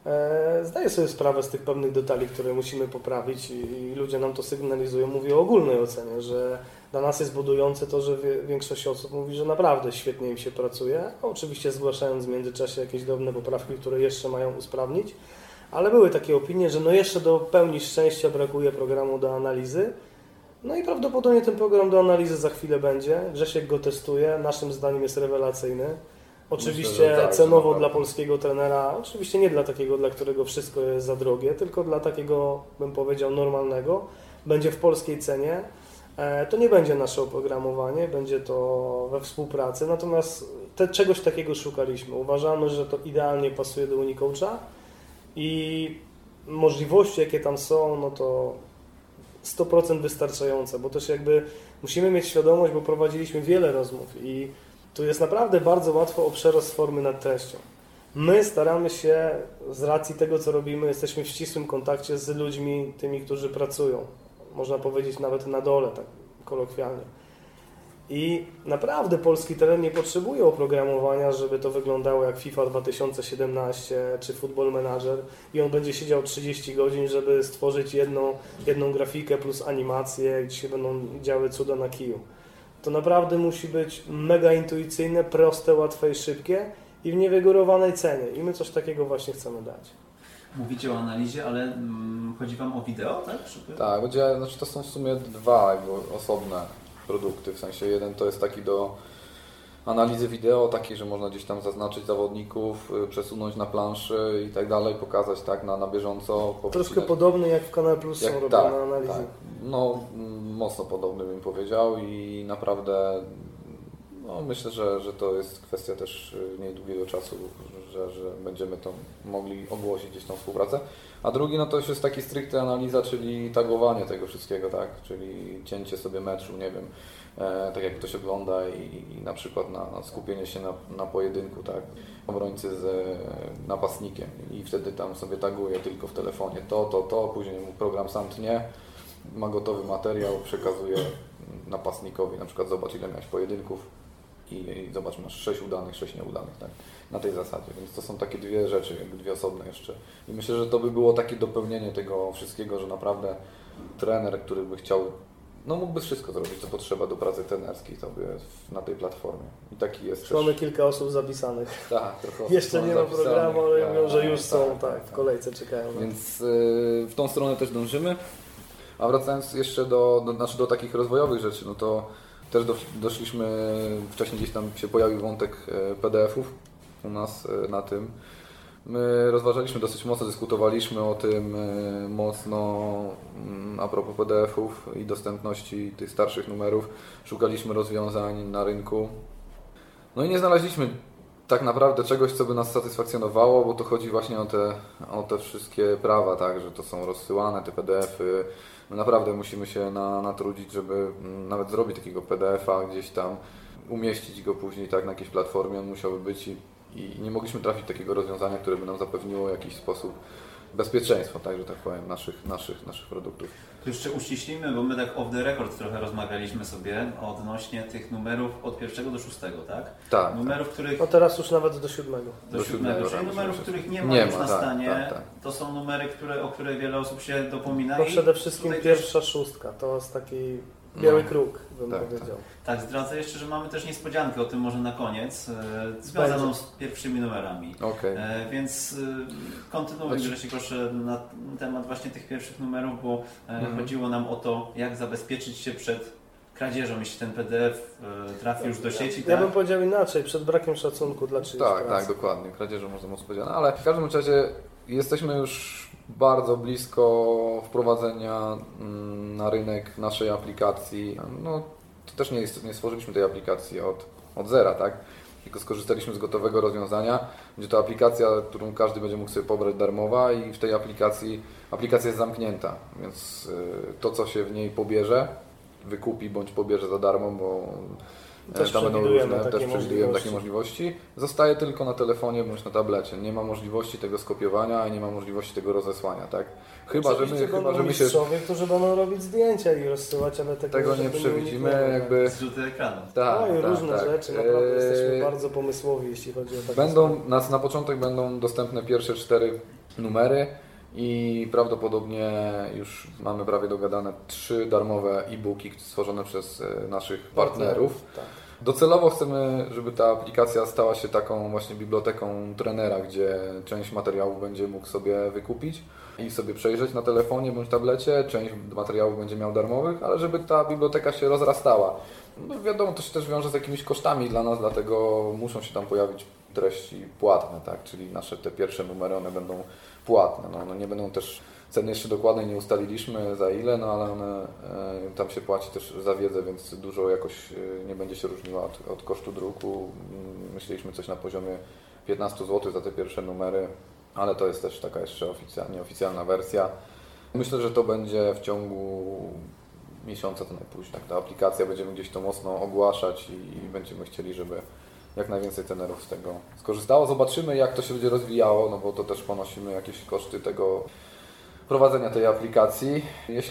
e, zdaję sobie sprawę z tych pewnych detali, które musimy poprawić i, i ludzie nam to sygnalizują. Mówię o ogólnej ocenie, że dla nas jest budujące to, że wie, większość osób mówi, że naprawdę świetnie im się pracuje. Oczywiście zgłaszając w międzyczasie jakieś drobne poprawki, które jeszcze mają usprawnić. Ale były takie opinie, że no jeszcze do pełni szczęścia brakuje programu do analizy. No i prawdopodobnie ten program do analizy za chwilę będzie. Grzesiek go testuje, naszym zdaniem jest rewelacyjny. Oczywiście Myślę, tak, cenowo dla polskiego trenera, oczywiście nie dla takiego, dla którego wszystko jest za drogie, tylko dla takiego, bym powiedział, normalnego. Będzie w polskiej cenie. To nie będzie nasze oprogramowanie, będzie to we współpracy, natomiast te, czegoś takiego szukaliśmy. Uważamy, że to idealnie pasuje do Unicoacha. I możliwości, jakie tam są, no to sto procent wystarczające, bo też jakby musimy mieć świadomość, bo prowadziliśmy wiele rozmów i tu jest naprawdę bardzo łatwo o przerost formy nad treścią. My staramy się, z racji tego co robimy, jesteśmy w ścisłym kontakcie z ludźmi, tymi, którzy pracują. Można powiedzieć nawet na dole, tak kolokwialnie. I naprawdę polski teren nie potrzebuje oprogramowania, żeby to wyglądało jak FIFA dwa tysiące siedemnaście czy Football Manager i on będzie siedział trzydzieści godzin, żeby stworzyć jedną, jedną grafikę plus animację, gdzie się będą działy cuda na kiju. To naprawdę musi być mega intuicyjne, proste, łatwe i szybkie i w niewygórowanej cenie. I my coś takiego właśnie chcemy dać. Mówicie o analizie, ale mm, chodzi Wam o wideo, tak? Żeby... Tak, będzie, znaczy to są w sumie dwa jakby osobne produkty, w sensie jeden to jest taki do analizy wideo, taki, że można gdzieś tam zaznaczyć zawodników, przesunąć na planszy i tak dalej, pokazać tak na, na bieżąco. Troszkę podobny jak w Kanal Plus są robione tak, analizy. Tak. No mocno podobny bym powiedział i naprawdę no, myślę, że, że to jest kwestia też niedługiego czasu, że, że będziemy to mogli ogłosić gdzieś tą współpracę. A drugi no to już jest taki stricte analiza, czyli tagowanie tego wszystkiego, tak? Czyli cięcie sobie meczu, nie wiem, e, tak jak ktoś ogląda i, i na przykład na, na skupienie się na, na pojedynku, tak? Obrońcy z e, napastnikiem i wtedy tam sobie taguje tylko w telefonie to, to, to, później mu program sam tnie, ma gotowy materiał, przekazuje napastnikowi, na przykład zobacz ile miałeś pojedynków i, i zobacz, masz sześć udanych, sześć nieudanych, tak? Na tej zasadzie, więc to są takie dwie rzeczy, jakby dwie osobne jeszcze. I myślę, że to by było takie dopełnienie tego wszystkiego, że naprawdę trener, który by chciał, no mógłby wszystko zrobić, co potrzeba do pracy trenerskiej sobie na tej platformie. I taki jest Mamy też... kilka osób zapisanych. Tak, trochę Jeszcze nie ma programu, ale tak, mówią, że już tak, są, tak, tak, tak, w kolejce czekają. Więc yy, w tą stronę też dążymy. A wracając jeszcze do, do, znaczy do takich rozwojowych rzeczy, no to też do, doszliśmy, wcześniej gdzieś tam się pojawił wątek P D F-ów u nas na tym. My rozważaliśmy dosyć mocno, dyskutowaliśmy o tym mocno a propos P D F-ów i dostępności tych starszych numerów. Szukaliśmy rozwiązań na rynku. No i nie znaleźliśmy tak naprawdę czegoś, co by nas satysfakcjonowało, bo to chodzi właśnie o te, o te wszystkie prawa, tak, że to są rozsyłane, te P D F-y. My naprawdę musimy się na, natrudzić, żeby nawet zrobić takiego P D F-a, gdzieś tam umieścić go później tak na jakiejś platformie, on musiałby być i, i nie mogliśmy trafić do takiego rozwiązania, które by nam zapewniło w jakiś sposób bezpieczeństwo, tak, że tak powiem, naszych, naszych, naszych produktów. To jeszcze uściślimy, bo my tak off the record trochę rozmawialiśmy sobie odnośnie tych numerów od pierwszego do szóstego, tak? Tak. Numerów, których... No teraz już nawet do siódmego. Do, do siódmego, siódmego, czyli tak, numerów, się... których nie ma nie już ma, na tak, stanie. Tak, tak. To są numery, które, o które wiele osób się dopomina. No przede wszystkim pierwsza też... szóstka, to jest taki biały no. kruk, bym tak, powiedział. Tak. tak, zdradzę jeszcze, że mamy też niespodziankę, o tym może na koniec, e, związaną Będzie. z pierwszymi numerami. Okay. E, więc e, kontynuuj, znaczy... Grzesiek, proszę, na temat właśnie tych pierwszych numerów, bo e, mhm. chodziło nam o to, jak zabezpieczyć się przed kradzieżą, jeśli ten P D F e, trafi już do sieci. Ja tak? bym powiedział inaczej, przed brakiem szacunku dla czyjejś Tak, pracy. Tak, dokładnie, kradzieżą można mocno powiedzieć, ale w każdym razie jesteśmy już bardzo blisko wprowadzenia na rynek naszej aplikacji. No, to też nie, jest, nie stworzyliśmy tej aplikacji od, od zera, tak? Tylko skorzystaliśmy z gotowego rozwiązania. Będzie to aplikacja, którą każdy będzie mógł sobie pobrać darmowa i w tej aplikacji aplikacja jest zamknięta, więc to, co się w niej pobierze, wykupi bądź pobierze za darmo, bo Też tam będą różne, takie też przewidujemy takie możliwości. Zostaje tylko na telefonie bądź na tablecie. Nie ma możliwości tego skopiowania i nie ma możliwości tego rozesłania, tak? Chyba, że my, chyba, że my się... którzy będą robić zdjęcia i rozsyłać, ale tego, tego nie przewidzimy. Jakby... Zrzuty ekranu. Tak, no i tak, różne tak. rzeczy. Naprawdę eee... jesteśmy bardzo pomysłowi, jeśli chodzi o takie będą, na, na początek będą dostępne pierwsze cztery numery i prawdopodobnie już mamy prawie dogadane trzy darmowe e-booki stworzone przez naszych partnerów. Tak. Docelowo chcemy, żeby ta aplikacja stała się taką właśnie biblioteką trenera, gdzie część materiałów będzie mógł sobie wykupić i sobie przejrzeć na telefonie bądź tablecie, część materiałów będzie miał darmowych, ale żeby ta biblioteka się rozrastała. No wiadomo, to się też wiąże z jakimiś kosztami dla nas, dlatego muszą się tam pojawić treści płatne, tak? Czyli nasze te pierwsze numery, one będą płatne. No, no nie będą też, ceny jeszcze dokładnie nie ustaliliśmy za ile, no ale one, e, tam się płaci też za wiedzę, więc dużo jakoś e, nie będzie się różniła od, od kosztu druku. Myśleliśmy coś na poziomie piętnaście złotych za te pierwsze numery, ale to jest też taka jeszcze oficjalnie oficjalna wersja. Myślę, że to będzie w ciągu miesiąca to najpóźniej. Tak, ta aplikacja będziemy gdzieś to mocno ogłaszać i, i będziemy chcieli, żeby jak najwięcej trenerów z tego skorzystało. Zobaczymy, jak to się będzie rozwijało, no bo to też ponosimy jakieś koszty tego prowadzenia tej aplikacji.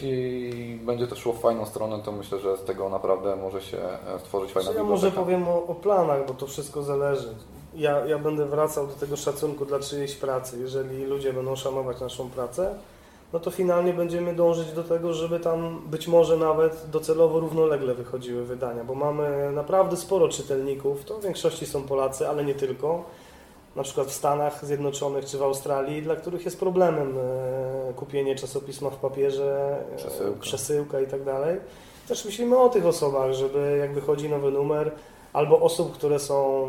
Jeśli będzie to szło w fajną stronę, to myślę, że z tego naprawdę może się stworzyć fajna Ja biblioteka. może powiem o, o planach, bo to wszystko zależy. Ja, ja będę wracał do tego szacunku dla czyjejś pracy. Jeżeli ludzie będą szanować naszą pracę, no to finalnie będziemy dążyć do tego, żeby tam być może nawet docelowo równolegle wychodziły wydania, bo mamy naprawdę sporo czytelników, to w większości są Polacy, ale nie tylko. Na przykład w Stanach Zjednoczonych czy w Australii, dla których jest problemem e, kupienie czasopisma w papierze, e, przesyłka. przesyłka i tak dalej. Też myślimy o tych osobach, żeby jak wychodzi nowy numer, albo osób, które są,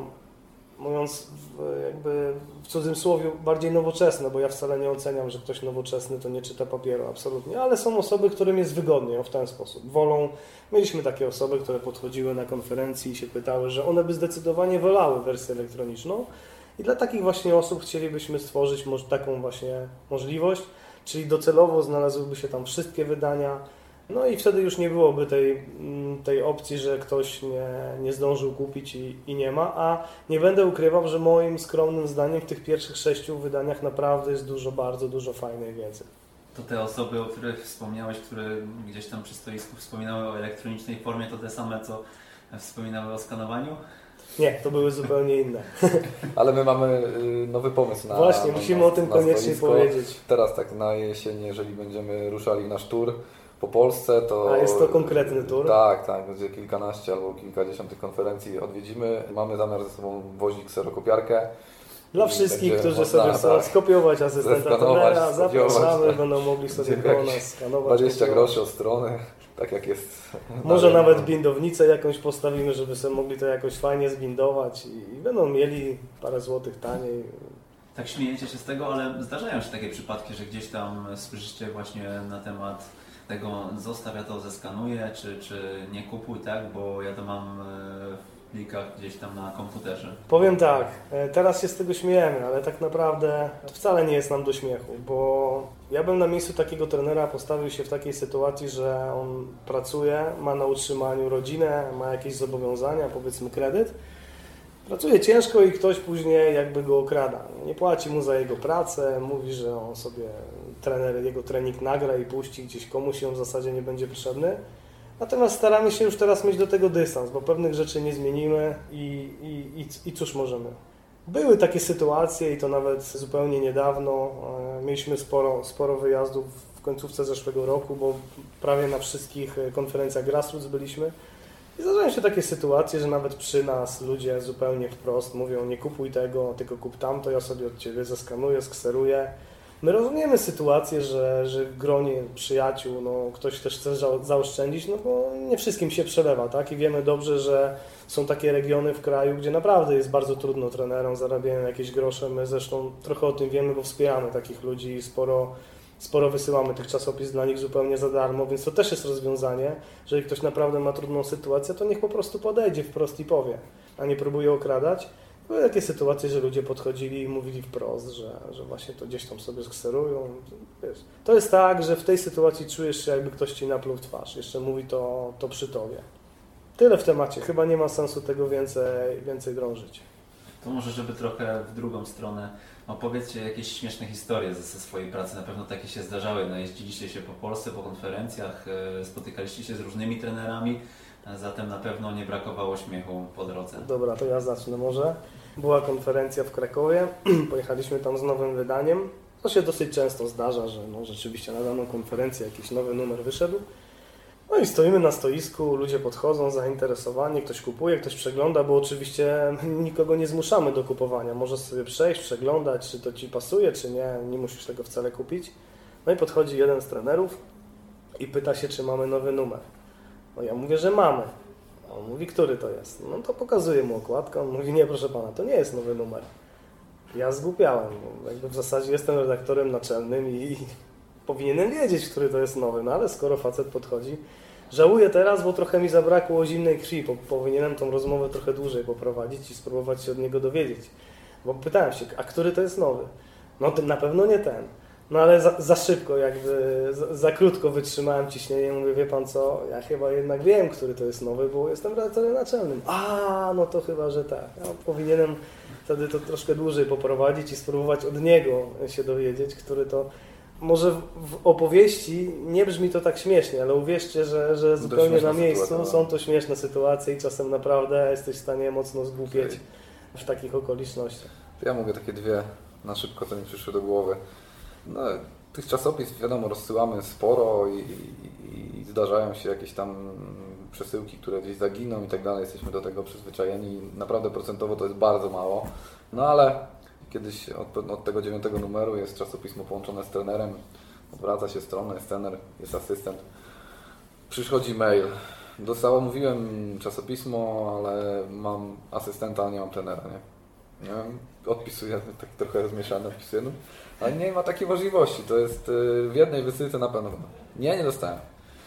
mówiąc w, jakby w cudzysłowie, bardziej nowoczesne, bo ja wcale nie oceniam, że ktoś nowoczesny to nie czyta papieru, absolutnie, ale są osoby, którym jest wygodniej, o w ten sposób. Wolą, mieliśmy takie osoby, które podchodziły na konferencji i się pytały, że one by zdecydowanie wolały wersję elektroniczną. I dla takich właśnie osób chcielibyśmy stworzyć taką właśnie możliwość, czyli docelowo znalazłyby się tam wszystkie wydania, no i wtedy już nie byłoby tej, tej opcji, że ktoś nie, nie zdążył kupić i, i nie ma, a nie będę ukrywał, że moim skromnym zdaniem w tych pierwszych sześciu wydaniach naprawdę jest dużo, bardzo dużo fajnej wiedzy. To te osoby, o których wspomniałeś, które gdzieś tam przy stoisku wspominały o elektronicznej formie, to te same, co wspominały o skanowaniu? Nie, to były zupełnie inne. Ale my mamy nowy pomysł na Właśnie, na, musimy na, o tym na koniecznie stoisko. powiedzieć. Teraz tak na jesień, jeżeli będziemy ruszali w nasz tour po Polsce, to... A jest to konkretny tour? Tak, tak, będzie kilkanaście albo kilkadziesiąt tych konferencji odwiedzimy. Mamy zamiar ze sobą wozić kserokopiarkę. Dla wszystkich, będzie którzy można, sobie chcą tak, skopiować asystenta zeskanować, trenera, skopiować, zapraszamy, tak. będą mogli sobie Będzie koło jakieś nas skanować. dwadzieścia kopiować. groszy od strony, tak jak jest. Może na nawet bindownicę jakąś postawimy, żeby sobie mogli to jakoś fajnie zbindować i, i będą mieli parę złotych taniej. Tak śmiejecie się z tego, ale zdarzają się takie przypadki, że gdzieś tam słyszycie właśnie na temat tego zostaw, ja to zeskanuję, czy, czy nie kupuj, tak, bo ja to mam w plikach gdzieś tam na komputerze. Powiem tak, teraz się z tego śmiejemy, ale tak naprawdę wcale nie jest nam do śmiechu, bo ja bym na miejscu takiego trenera postawił się w takiej sytuacji, że on pracuje, ma na utrzymaniu rodzinę, ma jakieś zobowiązania, powiedzmy kredyt, pracuje ciężko i ktoś później jakby go okrada. Nie płaci mu za jego pracę, mówi, że on sobie trener, jego trening nagra i puści gdzieś komuś i on w zasadzie nie będzie potrzebny. Natomiast staramy się już teraz mieć do tego dystans, bo pewnych rzeczy nie zmienimy i, i, i, i cóż możemy. Były takie sytuacje i to nawet zupełnie niedawno. Mieliśmy sporo, sporo wyjazdów w końcówce zeszłego roku, bo prawie na wszystkich konferencjach Grassroots byliśmy. I zdarzają się takie sytuacje, że nawet przy nas ludzie zupełnie wprost mówią: nie kupuj tego, tylko kup tamto, ja sobie od Ciebie zeskanuję, skseruję. My rozumiemy sytuację, że, że w gronie przyjaciół no, ktoś też chce zaoszczędzić, no bo nie wszystkim się przelewa, tak? I wiemy dobrze, że są takie regiony w kraju, gdzie naprawdę jest bardzo trudno trenerom, zarabiają jakieś grosze. My zresztą trochę o tym wiemy, bo wspieramy takich ludzi i sporo, sporo wysyłamy tych czasopism dla nich zupełnie za darmo, więc to też jest rozwiązanie. Jeżeli ktoś naprawdę ma trudną sytuację, to niech po prostu podejdzie wprost i powie, a nie próbuje okradać. Były takie sytuacje, że ludzie podchodzili i mówili wprost, że, że właśnie to gdzieś tam sobie skserują. Wiesz, to jest tak, że w tej sytuacji czujesz się, jakby ktoś Ci napluł w twarz. Jeszcze mówi to, to przy Tobie. Tyle w temacie. Chyba nie ma sensu tego więcej, więcej drążyć. To może, żeby trochę w drugą stronę, opowiedzcie jakieś śmieszne historie ze, ze swojej pracy. Na pewno takie się zdarzały. No, jeździliście się po Polsce, po konferencjach, spotykaliście się z różnymi trenerami. Zatem na pewno nie brakowało śmiechu po drodze. Dobra, to ja zacznę może. Była konferencja w Krakowie, pojechaliśmy tam z nowym wydaniem. To się dosyć często zdarza, że no, rzeczywiście na daną konferencję jakiś nowy numer wyszedł. No i stoimy na stoisku, ludzie podchodzą zainteresowani, ktoś kupuje, ktoś przegląda, bo oczywiście nikogo nie zmuszamy do kupowania. Możesz sobie przejść, przeglądać, czy to Ci pasuje, czy nie, nie musisz tego wcale kupić. No i podchodzi jeden z trenerów i pyta się, czy mamy nowy numer. No ja mówię, że mamy. A on mówi, który to jest? No to pokazuję mu okładkę. On mówi, nie proszę pana, to nie jest nowy numer. Ja zgłupiałem, bo jakby w zasadzie jestem redaktorem naczelnym i, i powinienem wiedzieć, który to jest nowy. No ale skoro facet podchodzi, żałuję teraz, bo trochę mi zabrakło zimnej krwi, bo powinienem tą rozmowę trochę dłużej poprowadzić i spróbować się od niego dowiedzieć. Bo pytałem się, a który to jest nowy? No ten na pewno nie ten. No ale za, za szybko, jakby za, za krótko wytrzymałem ciśnienie. Mówię, wie pan co, ja chyba jednak wiem, który to jest nowy, bo jestem redaktorem naczelnym. A, no to chyba, że tak. Ja powinienem wtedy to troszkę dłużej poprowadzić i spróbować od niego się dowiedzieć, który to... Może w opowieści nie brzmi to tak śmiesznie, ale uwierzcie, że, że zupełnie na miejscu sytuacja, są to śmieszne sytuacje i czasem naprawdę jesteś w stanie mocno zgłupieć w takich okolicznościach. Ja mówię takie dwie na szybko, co mi przyszły do głowy. No, tych czasopism wiadomo rozsyłamy sporo i, i, i zdarzają się jakieś tam przesyłki, które gdzieś zaginą i tak dalej. Jesteśmy do tego przyzwyczajeni. Naprawdę procentowo to jest bardzo mało. No ale kiedyś od, od tego dziewiątego numeru jest czasopismo połączone z trenerem. Odwraca się stronę, jest trener, jest asystent. Przychodzi mail. Dostałem, mówiłem czasopismo, ale mam asystenta, a nie mam trenera, nie? Nie wiem, odpisuję, tak trochę rozmieszany, odpisuję, no, ale nie ma takiej możliwości, to jest w jednej wysyłce na pewno. Nie, nie dostałem.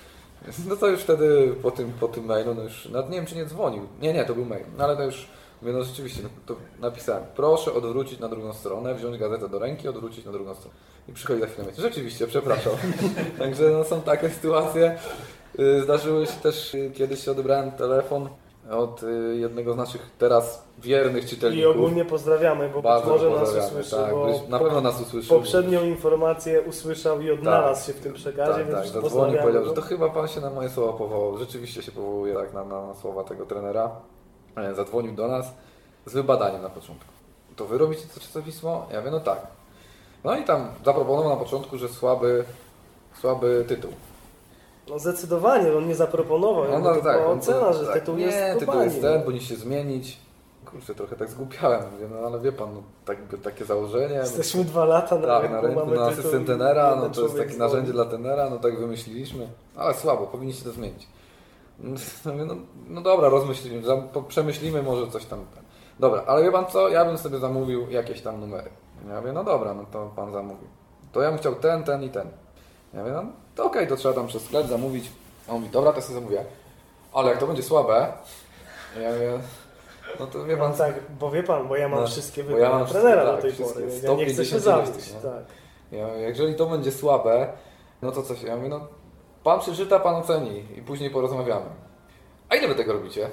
No to już wtedy po tym, po tym mailu, no już, nawet nie wiem czy nie dzwonił, nie, nie, to był mail, no ale to już, mówię, no rzeczywiście, no, to napisałem, proszę odwrócić na drugą stronę, wziąć gazetę do ręki, odwrócić na drugą stronę. I przychodzi za chwilę, rzeczywiście, przepraszam. Także no, są takie sytuacje. Zdarzyło się też, kiedyś odebrałem telefon od jednego z naszych teraz wiernych czytelników. I ogólnie pozdrawiamy, bo bardzo być może nas usłyszy, tak, bo na pewno nas usłyszy. Poprzednią informację usłyszał i odnalazł tak, się w tym przekazie, tak, więc tak, zadzwonił i powiedział, że to chyba pan się na moje słowa powołał. Rzeczywiście się powołuje tak na, na słowa tego trenera. Zadzwonił do nas z wybadaniem na początku. To wy robicie to czasopismo? Ja mówię, no tak. No i tam zaproponował na początku, że słaby, słaby tytuł. No zdecydowanie, on nie zaproponował, no, no, tak, ocena, że tak, tytuł nie, jest tytuł kopalni, jest ten, powinien się zmienić. Kurczę, trochę tak zgłupiałem, mówię, no ale wie pan, no, tak, takie założenie. Jesteśmy no, dwa lata na tak, rynku, na rynku, mamy na asystent tenera, no to jest takie znowu. narzędzie dla tenera, no tak wymyśliliśmy, ale słabo, powinniście to zmienić. No, no, no dobra, rozmyślimy, przemyślimy może coś tam. Dobra, ale wie pan co, ja bym sobie zamówił jakieś tam numery. Ja mówię, no dobra, no to pan zamówił. To ja bym chciał ten, ten i ten. Ja mówię, no to okej, okay, to trzeba tam przez sklep zamówić. A on mówi, dobra, to sobie zamówię. Ale jak to będzie słabe, ja mówię, no to wie pan... No tak, bo wie pan, bo ja mam no, wszystkie wybory ja trenera tak, do tej pory, ja nie chcę się zawieść. No. Tak. Ja mówię, jeżeli to będzie słabe, no to coś, ja mówię, no pan przeczyta, pan oceni i później porozmawiamy. A ile wy tego robicie?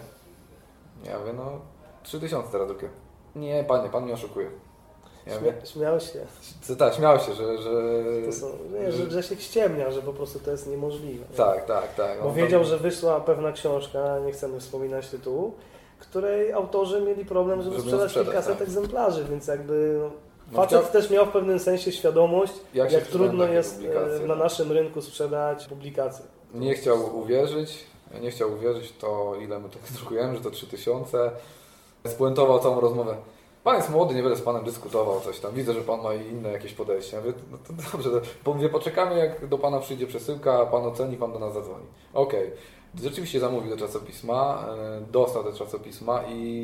Ja mówię, no trzy tysiące teraz drugie. Nie, panie, pan mnie oszukuje. Ja Śmia mówię, śmiał się. Tak, śmiał się, że... że, to są, nie, że, że się ściemnia, że po prostu to jest niemożliwe. Nie? Tak, tak, tak. Bo wiedział, tam... że wyszła pewna książka, nie chcemy wspominać tytułu, której autorzy mieli problem, żeby, żeby sprzedać kilkaset tak. egzemplarzy, więc jakby no, no, facet chciał... też miał w pewnym sensie świadomość, jak, jak trudno jest publikacje, na naszym rynku sprzedać publikacje. Nie chciał uwierzyć, nie chciał uwierzyć to, ile my to drukujemy, że to trzy tysiące. Spuentował całą rozmowę. Pan jest młody, nie będę z panem dyskutował coś tam. Widzę, że pan ma inne jakieś podejście. Ja mówię, no to dobrze, bo mówię, poczekamy, jak do pana przyjdzie przesyłka, a pan oceni, pan do nas zadzwoni. Okej. Okay. Rzeczywiście zamówił do czasopisma, dostał do czasopisma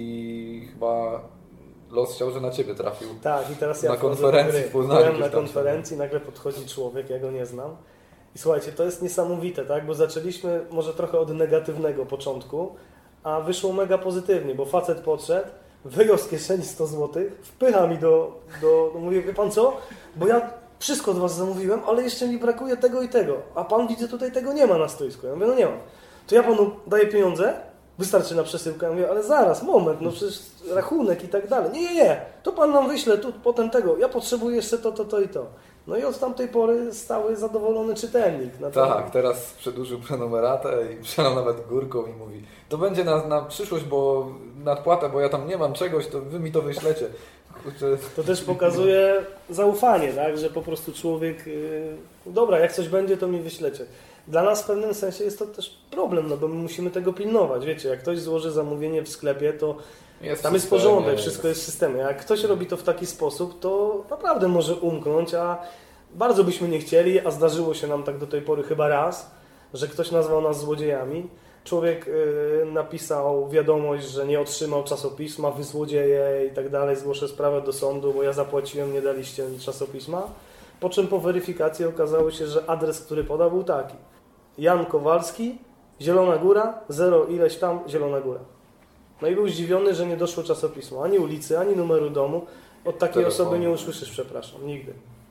i chyba los chciał, że na ciebie trafił. Tak, i teraz ja na konferencji w Poznaniu. Byłem na konferencji, nagle podchodzi człowiek, ja go nie znam. I słuchajcie, to jest niesamowite, tak? Bo zaczęliśmy może trochę od negatywnego początku, a wyszło mega pozytywnie, bo facet podszedł, wyjął z kieszeni sto złotych, wpycha mi do, do, do... Mówię, wie pan co? Bo ja wszystko od was zamówiłem, ale jeszcze mi brakuje tego i tego. A pan, widzę, tutaj tego nie ma na stoisku. Ja mówię, no nie ma. To ja panu daję pieniądze, wystarczy na przesyłkę. Ja mówię, ale zaraz, moment, no przecież rachunek i tak dalej. Nie, nie, nie. To pan nam wyśle tu, potem tego. Ja potrzebuję jeszcze to, to, to i to. No i od tamtej pory stały zadowolony czytelnik. Na tak, teraz przedłużył prenumeratę i przelał nawet górką i mówi, to będzie na, na przyszłość, bo nadpłatę, bo ja tam nie mam czegoś, to wy mi to wyślecie. Kurczę. To też pokazuje zaufanie, tak, że po prostu człowiek, yy, dobra, jak coś będzie, to mi wyślecie. Dla nas w pewnym sensie jest to też problem, no bo my musimy tego pilnować. Wiecie, jak ktoś złoży zamówienie w sklepie, to jest tam jest porządek, wszystko jest w systemie. Jak ktoś robi to w taki sposób, to naprawdę może umknąć, a bardzo byśmy nie chcieli, a zdarzyło się nam tak do tej pory chyba raz, że ktoś nazwał nas złodziejami. Człowiek yy, napisał wiadomość, że nie otrzymał czasopisma, wy złodzieje i tak dalej, zgłoszę sprawę do sądu, bo ja zapłaciłem, nie daliście mi czasopisma. Po czym po weryfikacji okazało się, że adres, który podał, był taki. Jan Kowalski, Zielona Góra, zero ileś tam, Zielona Góra. No i był zdziwiony, że nie doszło czasopismo, ani ulicy, ani numeru domu. Od takiej Telefon. osoby nie usłyszysz, przepraszam, nigdy.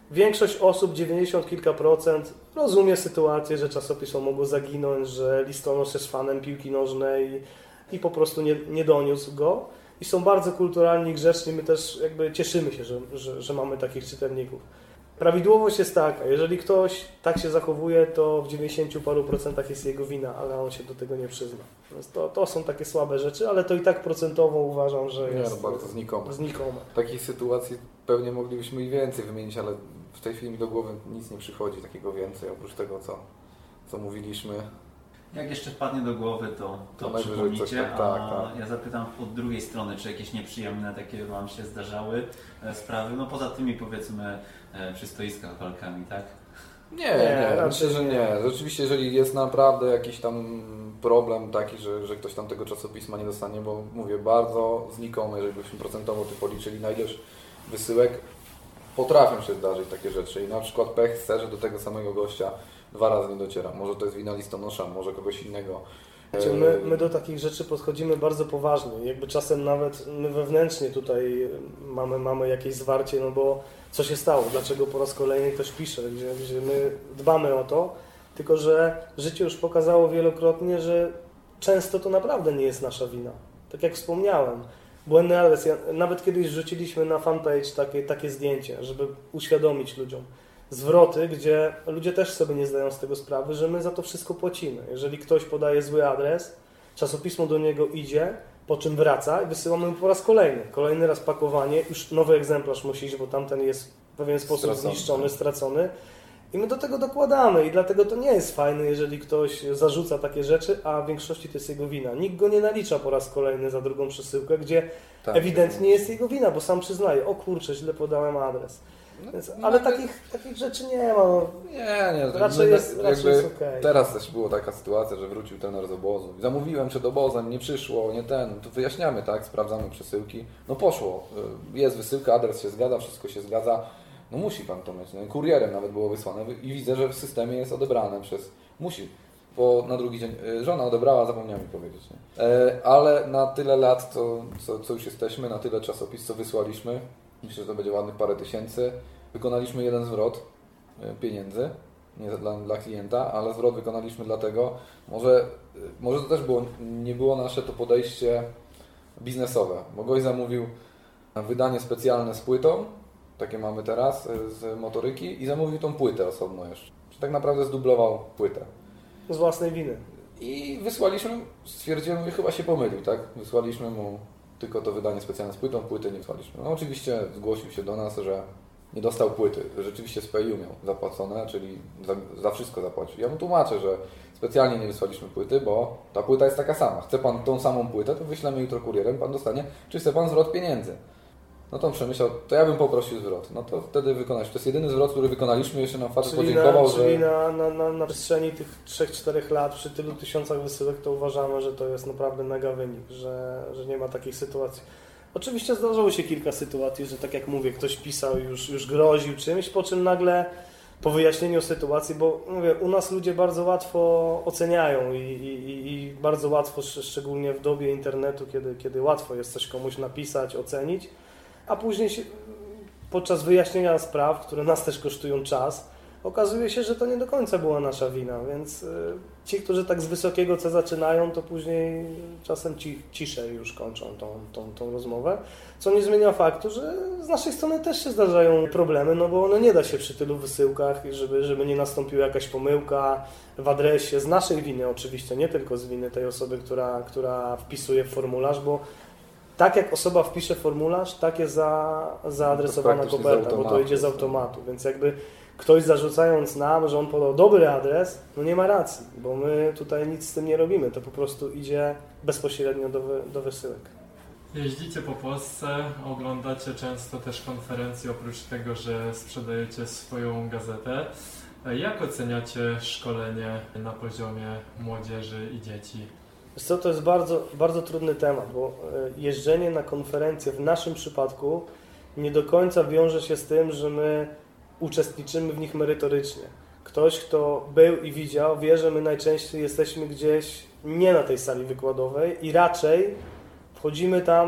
większość osób, dziewięćdziesiąt kilka procent, rozumie sytuację, że czasopismo mogło zaginąć, że listonosz jest fanem piłki nożnej i po prostu nie, nie doniósł go. I są bardzo kulturalni i grzeczni. My też jakby cieszymy się, że, że, że mamy takich czytelników. Prawidłowość jest taka, jeżeli ktoś tak się zachowuje, to w dziewięćdziesięciu paru procentach jest jego wina, ale on się do tego nie przyzna. Więc to, to są takie słabe rzeczy, ale to i tak procentowo uważam, że Nie, jest no bardzo znikome. znikome. Takich sytuacji pewnie moglibyśmy i więcej wymienić, ale w tej chwili mi do głowy nic nie przychodzi takiego więcej, oprócz tego, co, co mówiliśmy. Jak jeszcze wpadnie do głowy, to, to, To przypomnijcie, coś tak, tak, a tak. ja zapytam od drugiej strony, czy jakieś nieprzyjemne takie Wam się zdarzały e, sprawy, no poza tymi powiedzmy e, przy stoiskach walkami, tak? Nie, nie, Nie, myślę, że nie. Rzeczywiście, jeżeli jest naprawdę jakiś tam problem taki, że, że ktoś tam tego czasopisma nie dostanie, bo mówię, bardzo znikome, jeżeli byśmy procentowo tu policzyli na ilość wysyłek, potrafią się zdarzyć takie rzeczy i na przykład pech chce, że do tego samego gościa dwa razy nie dociera. Może to jest wina listonosza, może kogoś innego. Znaczy my, my do takich rzeczy podchodzimy bardzo poważnie. Jakby czasem nawet my wewnętrznie tutaj mamy, mamy jakieś zwarcie, no bo co się stało, dlaczego po raz kolejny ktoś pisze, gdzie, gdzie my dbamy o to, tylko że życie już pokazało wielokrotnie, że często to naprawdę nie jest nasza wina. Tak jak wspomniałem, błędny adres. Ja, nawet kiedyś wrzuciliśmy na fanpage takie, takie zdjęcie, żeby uświadomić ludziom. Zwroty, gdzie ludzie też sobie nie zdają z tego sprawy, że my za to wszystko płacimy. Jeżeli ktoś podaje zły adres, czasopismo do niego idzie, po czym wraca i wysyłamy mu po raz kolejny. Kolejny raz pakowanie, już nowy egzemplarz musi iść, bo tamten jest w pewien sposób Stracony. zniszczony, stracony. I my do tego dokładamy i dlatego to nie jest fajne, jeżeli ktoś zarzuca takie rzeczy, a w większości to jest jego wina. Nikt go nie nalicza po raz kolejny za drugą przesyłkę, gdzie Tak, ewidentnie jest jego wina, bo sam przyznaje, o kurczę, źle podałem adres. Więc, ale takich, takich rzeczy nie ma. No. Nie, nie. Raczej my, jest- raczej jakby jest okej. Teraz też była taka sytuacja, że wrócił trener z obozu. Zamówiłem przed obozem, nie przyszło, nie ten. Tu wyjaśniamy, tak? Sprawdzamy przesyłki. No poszło. Jest wysyłka, adres się zgadza, wszystko się zgadza. No musi pan to mieć. No, kurierem nawet było wysłane i widzę, że w systemie jest odebrane przez... Musi. Bo na drugi dzień żona odebrała, zapomniałem mi powiedzieć. Nie? E, ale na tyle lat, to, co, co już jesteśmy, na tyle czasopis, co wysłaliśmy, myślę, że to będzie ładnych parę tysięcy, wykonaliśmy jeden zwrot e, pieniędzy, nie dla, dla klienta, ale zwrot wykonaliśmy dlatego, może, może to też było, nie było nasze to podejście biznesowe, bo gość zamówił wydanie specjalne z płytą, takie mamy teraz, z motoryki i zamówił tą płytę osobno jeszcze. Tak naprawdę zdublował płytę. Z własnej winy. I wysłaliśmy, stwierdziłem, że chyba się pomylił, tak? Wysłaliśmy mu tylko to wydanie specjalne z płytą, płyty nie wysłaliśmy. No oczywiście zgłosił się do nas, że nie dostał płyty. Rzeczywiście z P I U miał zapłacone, czyli za, za wszystko zapłacił. Ja mu tłumaczę, że specjalnie nie wysłaliśmy płyty, bo ta płyta jest taka sama. Chce pan tą samą płytę, to wyślemy jutro kurierem, pan dostanie, czy chce pan zwrot pieniędzy. No to on przemyślał, to ja bym poprosił zwrot. No to wtedy wykonaliśmy. To jest jedyny zwrot, który wykonaliśmy. Jeszcze nam facet Czyli, podziękował, na, że... czyli na, na, na, na przestrzeni tych trzech czterech lat, przy tylu tysiącach wysyłek, to uważamy, że to jest naprawdę mega wynik, że, że nie ma takich sytuacji. Oczywiście zdarzało się kilka sytuacji, że tak jak mówię, ktoś pisał, już, już groził czymś, po czym nagle po wyjaśnieniu sytuacji, bo mówię, u nas ludzie bardzo łatwo oceniają i, i, i bardzo łatwo, szczególnie w dobie internetu, kiedy, kiedy łatwo jest coś komuś napisać, ocenić, a później się, podczas wyjaśnienia spraw, które nas też kosztują czas, okazuje się, że to nie do końca była nasza wina, więc y, ci, którzy tak z wysokiego C zaczynają, to później czasem ci, ciszej już kończą tą, tą, tą rozmowę, co nie zmienia faktu, że z naszej strony też się zdarzają problemy, no bo no nie da się przy tylu wysyłkach, żeby, żeby nie nastąpiła jakaś pomyłka w adresie, z naszej winy oczywiście, nie tylko z winy tej osoby, która, która wpisuje w formularz, bo tak jak osoba wpisze formularz, tak jest za, zaadresowana To koperta, bo to idzie z automatu, więc jakby ktoś zarzucając nam, że on podał dobry adres, no nie ma racji, bo my tutaj nic z tym nie robimy, to po prostu idzie bezpośrednio do, wy, do wysyłek. Jeździcie po Polsce, oglądacie często też konferencje, oprócz tego, że sprzedajecie swoją gazetę. Jak oceniacie szkolenie na poziomie młodzieży i dzieci? Wiesz co, to jest bardzo, bardzo trudny temat, bo jeżdżenie na konferencje w naszym przypadku nie do końca wiąże się z tym, że my uczestniczymy w nich merytorycznie. Ktoś, kto był i widział, wie, że my najczęściej jesteśmy gdzieś nie na tej sali wykładowej i raczej wchodzimy tam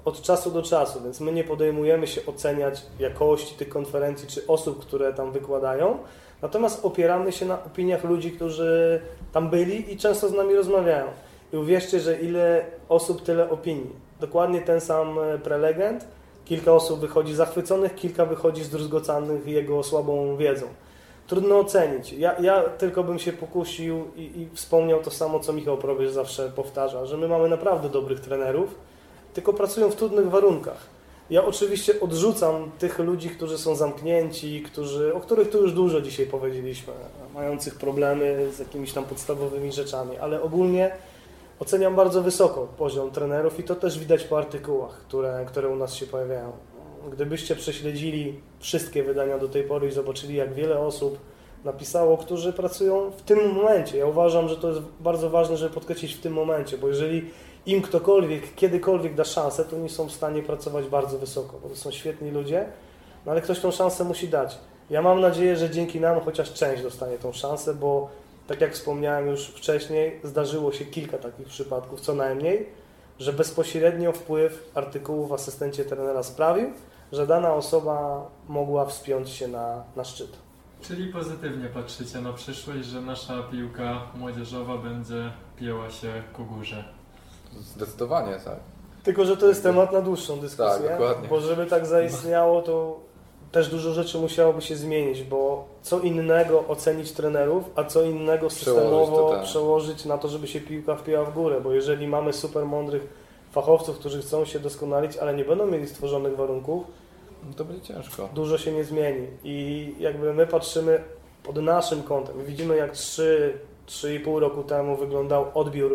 od czasu do czasu, więc my nie podejmujemy się oceniać jakości tych konferencji czy osób, które tam wykładają, natomiast opieramy się na opiniach ludzi, którzy tam byli i często z nami rozmawiają. I uwierzcie, że ile osób, tyle opinii. Dokładnie ten sam prelegent, kilka osób wychodzi zachwyconych, kilka wychodzi zdruzgocanych jego słabą wiedzą. Trudno ocenić. Ja, ja tylko bym się pokusił i, i wspomniał to samo, co Michał Probierz zawsze powtarza, że my mamy naprawdę dobrych trenerów, tylko pracują w trudnych warunkach. Ja oczywiście odrzucam tych ludzi, którzy są zamknięci, którzy, o których tu już dużo dzisiaj powiedzieliśmy, mających problemy z jakimiś tam podstawowymi rzeczami, ale ogólnie oceniam bardzo wysoko poziom trenerów i to też widać po artykułach, które, które u nas się pojawiają. Gdybyście prześledzili wszystkie wydania do tej pory i zobaczyli, jak wiele osób napisało, którzy pracują w tym momencie. Ja uważam, że to jest bardzo ważne, żeby podkreślić w tym momencie, bo jeżeli im ktokolwiek, kiedykolwiek da szansę, to oni są w stanie pracować bardzo wysoko, bo to są świetni ludzie, no ale ktoś tą szansę musi dać. Ja mam nadzieję, że dzięki nam chociaż część dostanie tą szansę, bo tak jak wspomniałem już wcześniej, zdarzyło się kilka takich przypadków, co najmniej, że bezpośrednio wpływ artykułów w asystencie trenera sprawił, że dana osoba mogła wspiąć się na, na szczyt. Czyli pozytywnie patrzycie na przyszłość, że nasza piłka młodzieżowa będzie pięła się ku górze. Zdecydowanie, tak. Tylko, że to jest temat na dłuższą dyskusję, tak, dokładnie. Bo żeby tak zaistniało, to też dużo rzeczy musiałoby się zmienić, bo co innego ocenić trenerów, a co innego systemowo przełożyć, przełożyć na to, żeby się piłka wpiła w górę, bo jeżeli mamy super mądrych fachowców, którzy chcą się doskonalić, ale nie będą mieli stworzonych warunków, no to będzie ciężko. Dużo się nie zmieni i jakby my patrzymy pod naszym kątem. Widzimy, jak trzy, trzy i pół roku temu wyglądał odbiór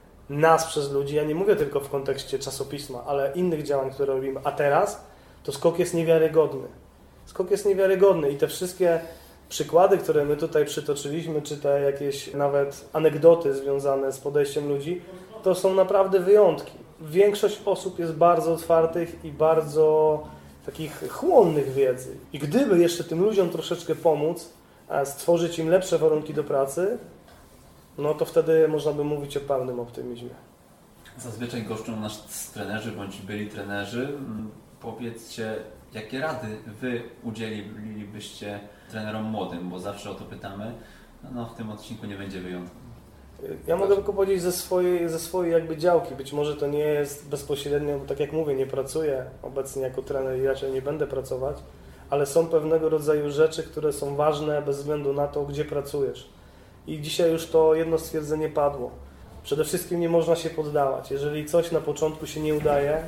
nas przez ludzi. Ja nie mówię tylko w kontekście czasopisma, ale innych działań, które robimy. A teraz to skok jest niewiarygodny. Skok jest niewiarygodny i te wszystkie przykłady, które my tutaj przytoczyliśmy, czy te jakieś nawet anegdoty związane z podejściem ludzi, to są naprawdę wyjątki. Większość osób jest bardzo otwartych i bardzo takich chłonnych wiedzy. I gdyby jeszcze tym ludziom troszeczkę pomóc, stworzyć im lepsze warunki do pracy, no to wtedy można by mówić o pełnym optymizmie. Zazwyczaj goszczą nas trenerzy bądź byli trenerzy. Powiedzcie, jakie rady Wy udzielilibyście trenerom młodym, bo zawsze o to pytamy. No w tym odcinku nie będzie wyjątku. Ja mogę tylko powiedzieć ze swojej, ze swojej jakby działki. Być może to nie jest bezpośrednio, bo tak jak mówię, nie pracuję obecnie jako trener i raczej nie będę pracować, ale są pewnego rodzaju rzeczy, które są ważne bez względu na to, gdzie pracujesz. I dzisiaj już to jedno stwierdzenie padło. Przede wszystkim nie można się poddawać. Jeżeli coś na początku się nie udaje,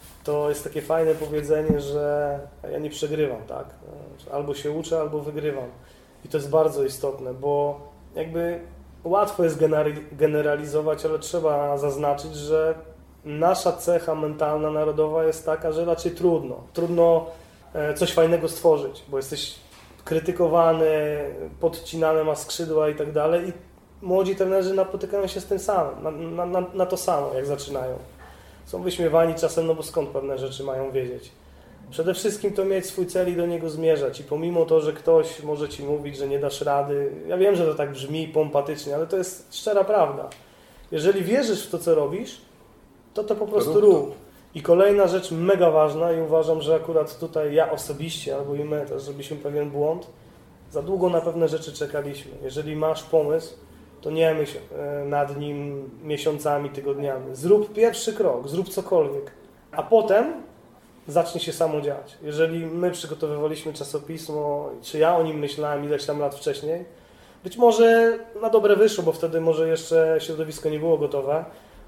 to jest takie fajne powiedzenie, że ja nie przegrywam, tak? Albo się uczę, albo wygrywam. I to jest bardzo istotne, bo jakby łatwo jest generalizować, ale trzeba zaznaczyć, że nasza cecha mentalna, narodowa jest taka, że raczej trudno. Trudno coś fajnego stworzyć, bo jesteś krytykowany, podcinany, ma skrzydła i tak dalej. I młodzi trenerzy napotykają się z tym samym, na, na, na to samo, jak zaczynają. Są wyśmiewani czasem, no bo skąd pewne rzeczy mają wiedzieć. Przede wszystkim to mieć swój cel i do niego zmierzać. I pomimo to, że ktoś może Ci mówić, że nie dasz rady, ja wiem, że to tak brzmi pompatycznie, ale to jest szczera prawda. Jeżeli wierzysz w to, co robisz, to to po prostu rób. I kolejna rzecz mega ważna i uważam, że akurat tutaj ja osobiście, albo i my też zrobiliśmy pewien błąd, za długo na pewne rzeczy czekaliśmy. Jeżeli masz pomysł, to nie myśl nad nim miesiącami, tygodniami. Zrób pierwszy krok, zrób cokolwiek, a potem zacznie się samo dziać. Jeżeli my przygotowywaliśmy czasopismo, czy ja o nim myślałem ileś tam lat wcześniej, być może na dobre wyszło, bo wtedy może jeszcze środowisko nie było gotowe,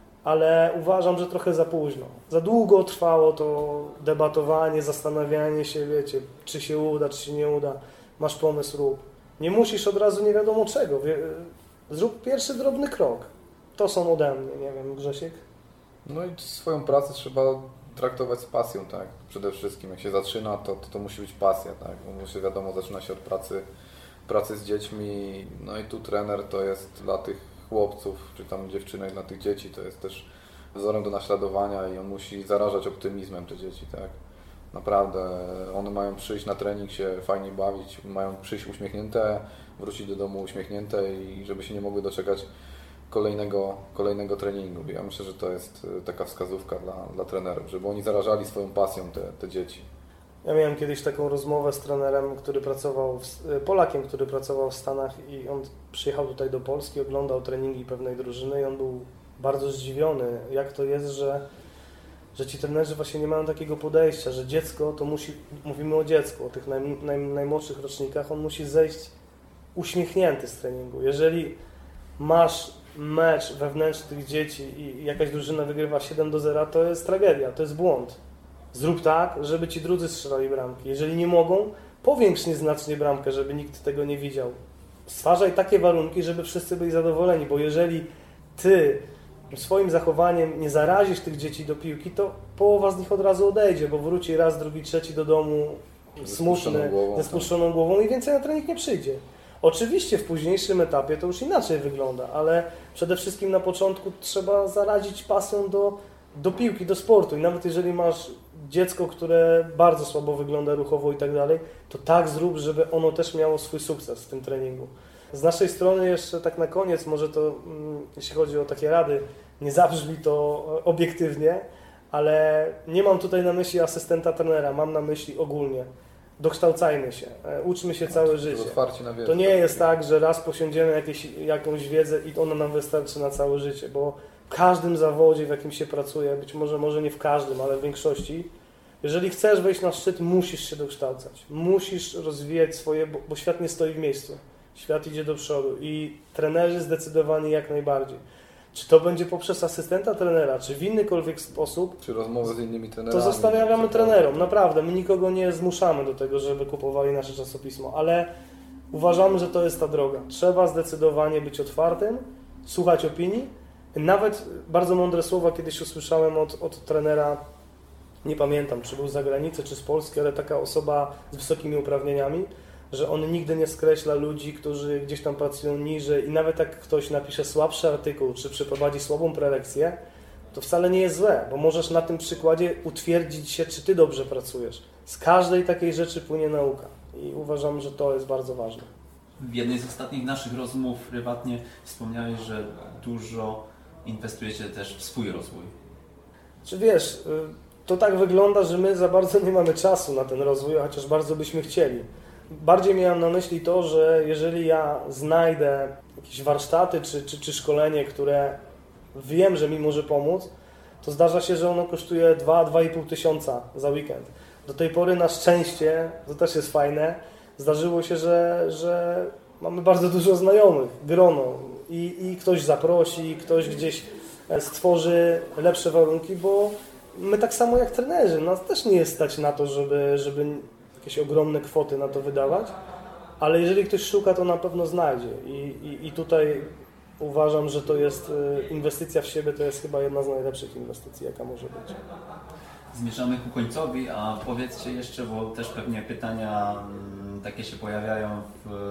ale uważam, że trochę za późno. Za długo trwało to debatowanie, zastanawianie się, wiecie, czy się uda, czy się nie uda. Masz pomysł, rób. Nie musisz od razu nie wiadomo czego. Zrób pierwszy drobny krok. To są ode mnie, nie wiem, Grzesiek? No i swoją pracę trzeba traktować z pasją, tak? Przede wszystkim, jak się zaczyna, to, to, to musi być pasja, tak? Bo się wiadomo, zaczyna się od pracy, pracy z dziećmi, no i tu trener to jest dla tych chłopców, czy tam dziewczynek, dla tych dzieci, to jest też wzorem do naśladowania i on musi zarażać optymizmem te dzieci, tak? Naprawdę, one mają przyjść na trening, się fajnie bawić, mają przyjść uśmiechnięte, wrócić do domu uśmiechnięte i żeby się nie mogły doczekać kolejnego, kolejnego treningu. Ja myślę, że to jest taka wskazówka dla, dla trenerów, żeby oni zarażali swoją pasją te, te dzieci. Ja miałem kiedyś taką rozmowę z trenerem, który pracował, w, Polakiem, który pracował w Stanach i on przyjechał tutaj do Polski, oglądał treningi pewnej drużyny i on był bardzo zdziwiony, jak to jest, że, że ci trenerzy właśnie nie mają takiego podejścia, że dziecko to musi, mówimy o dziecku, o tych naj, naj, najmłodszych rocznikach, on musi zejść uśmiechnięty z treningu. Jeżeli masz mecz wewnętrzny tych dzieci i jakaś drużyna wygrywa siedem do zera, to jest tragedia, to jest błąd. Zrób tak, żeby ci drudzy strzelali bramki. Jeżeli nie mogą, powiększ nieznacznie bramkę, żeby nikt tego nie widział. Stwarzaj takie warunki, żeby wszyscy byli zadowoleni, bo jeżeli ty swoim zachowaniem nie zarazisz tych dzieci do piłki, to połowa z nich od razu odejdzie, bo wróci raz, drugi, trzeci do domu smutny, głową, ze spuszczoną głową i więcej na trening nie przyjdzie. Oczywiście w późniejszym etapie to już inaczej wygląda, ale przede wszystkim na początku trzeba zarazić pasją do, do piłki, do sportu i nawet jeżeli masz dziecko, które bardzo słabo wygląda ruchowo i tak dalej, to tak zrób, żeby ono też miało swój sukces w tym treningu. Z naszej strony jeszcze tak na koniec, może to, jeśli chodzi o takie rady, nie zabrzmi to obiektywnie, ale nie mam tutaj na myśli asystenta trenera, mam na myśli ogólnie. Dokształcajmy się, uczmy się całe życie. To nie jest tak, że raz posiądziemy jakieś, jakąś wiedzę i ona nam wystarczy na całe życie, bo w każdym zawodzie, w jakim się pracuje, być może, może nie w każdym, ale w większości, jeżeli chcesz wejść na szczyt, musisz się dokształcać. Musisz rozwijać swoje, bo, bo świat nie stoi w miejscu. Świat idzie do przodu i trenerzy zdecydowanie jak najbardziej. Czy to będzie poprzez asystenta trenera, czy w innykolwiek sposób, czy rozmowy z innymi trenerami. to zostawiamy trenerom, naprawdę. My nikogo nie zmuszamy do tego, żeby kupowali nasze czasopismo, ale uważamy, że to jest ta droga. Trzeba zdecydowanie być otwartym, słuchać opinii. Nawet bardzo mądre słowa kiedyś usłyszałem od, od trenera, nie pamiętam, czy był z zagranicy, czy z Polski, ale taka osoba z wysokimi uprawnieniami, że on nigdy nie skreśla ludzi, którzy gdzieś tam pracują niżej i nawet jak ktoś napisze słabszy artykuł, czy przeprowadzi słabą prelekcję, to wcale nie jest złe, bo możesz na tym przykładzie utwierdzić się, czy ty dobrze pracujesz. Z każdej takiej rzeczy płynie nauka i uważam, że to jest bardzo ważne. W jednej z ostatnich naszych rozmów prywatnie wspomniałeś, że dużo inwestujecie też w swój rozwój. Czy wiesz, to tak wygląda, że my za bardzo nie mamy czasu na ten rozwój, chociaż bardzo byśmy chcieli. Bardziej miałem na myśli to, że jeżeli ja znajdę jakieś warsztaty czy, czy, czy szkolenie, które wiem, że mi może pomóc, to zdarza się, że ono kosztuje dwa do dwóch i pół tysiąca za weekend. Do tej pory na szczęście, to też jest fajne, zdarzyło się, że, że mamy bardzo dużo znajomych, grono i, i ktoś zaprosi, ktoś gdzieś stworzy lepsze warunki, bo my tak samo jak trenerzy, nas też nie jest stać na to, żeby, żeby jakieś ogromne kwoty na to wydawać, ale jeżeli ktoś szuka, to na pewno znajdzie i, i, i tutaj uważam, że to jest inwestycja w siebie, to jest chyba jedna z najlepszych inwestycji, jaka może być. Zmierzamy ku końcowi, a powiedzcie jeszcze, bo też pewnie pytania takie się pojawiają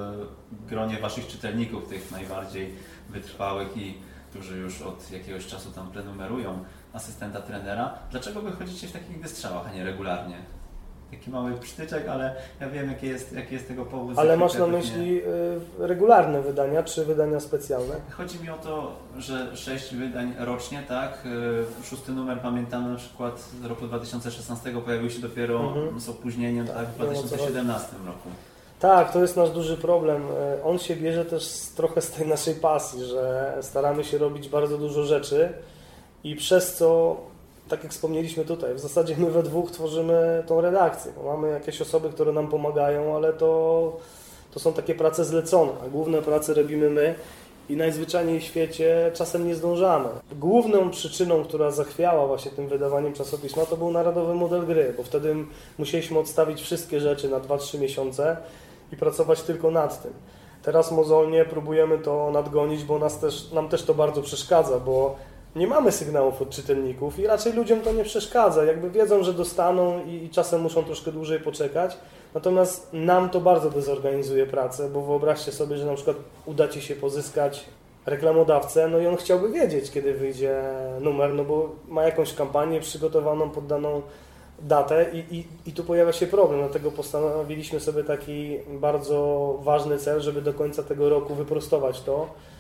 w gronie waszych czytelników, tych najbardziej wytrwałych i którzy już od jakiegoś czasu tam prenumerują asystenta trenera. Dlaczego wy chodzicie w takich wystrzałach, a nie regularnie? Taki mały przytyczek, ale ja wiem, jaki jest, jaki jest tego powód. Ale masz na myśli y, regularne wydania, czy wydania specjalne? Chodzi mi o to, że sześć wydań rocznie, tak? Y, szósty numer, pamiętamy na przykład z roku dwa tysiące szesnastego pojawił się dopiero mhm. z opóźnieniem, tak, tak w dwa tysiące siedemnastym roku. Tak, to jest nasz duży problem. On się bierze też z, trochę z tej naszej pasji, że staramy się robić bardzo dużo rzeczy i przez co, tak jak wspomnieliśmy tutaj, w zasadzie my we dwóch tworzymy tą redakcję. Bo mamy jakieś osoby, które nam pomagają, ale to, to są takie prace zlecone, a główne prace robimy my i najzwyczajniej w świecie czasem nie zdążamy. Główną przyczyną, która zachwiała właśnie tym wydawaniem czasopisma, to był narodowy model gry, bo wtedy musieliśmy odstawić wszystkie rzeczy na dwa trzy miesiące i pracować tylko nad tym. Teraz mozolnie próbujemy to nadgonić, bo nas też, nam też to bardzo przeszkadza, bo nie mamy sygnałów od czytelników i raczej ludziom to nie przeszkadza. Jakby wiedzą, że dostaną i, i czasem muszą troszkę dłużej poczekać. Natomiast nam to bardzo dezorganizuje pracę, bo wyobraźcie sobie, że na przykład uda Ci się pozyskać reklamodawcę, no i on chciałby wiedzieć, kiedy wyjdzie numer, no bo ma jakąś kampanię przygotowaną pod daną datę i, i, i tu pojawia się problem, dlatego postanowiliśmy sobie taki bardzo ważny cel, żeby do końca tego roku wyprostować to.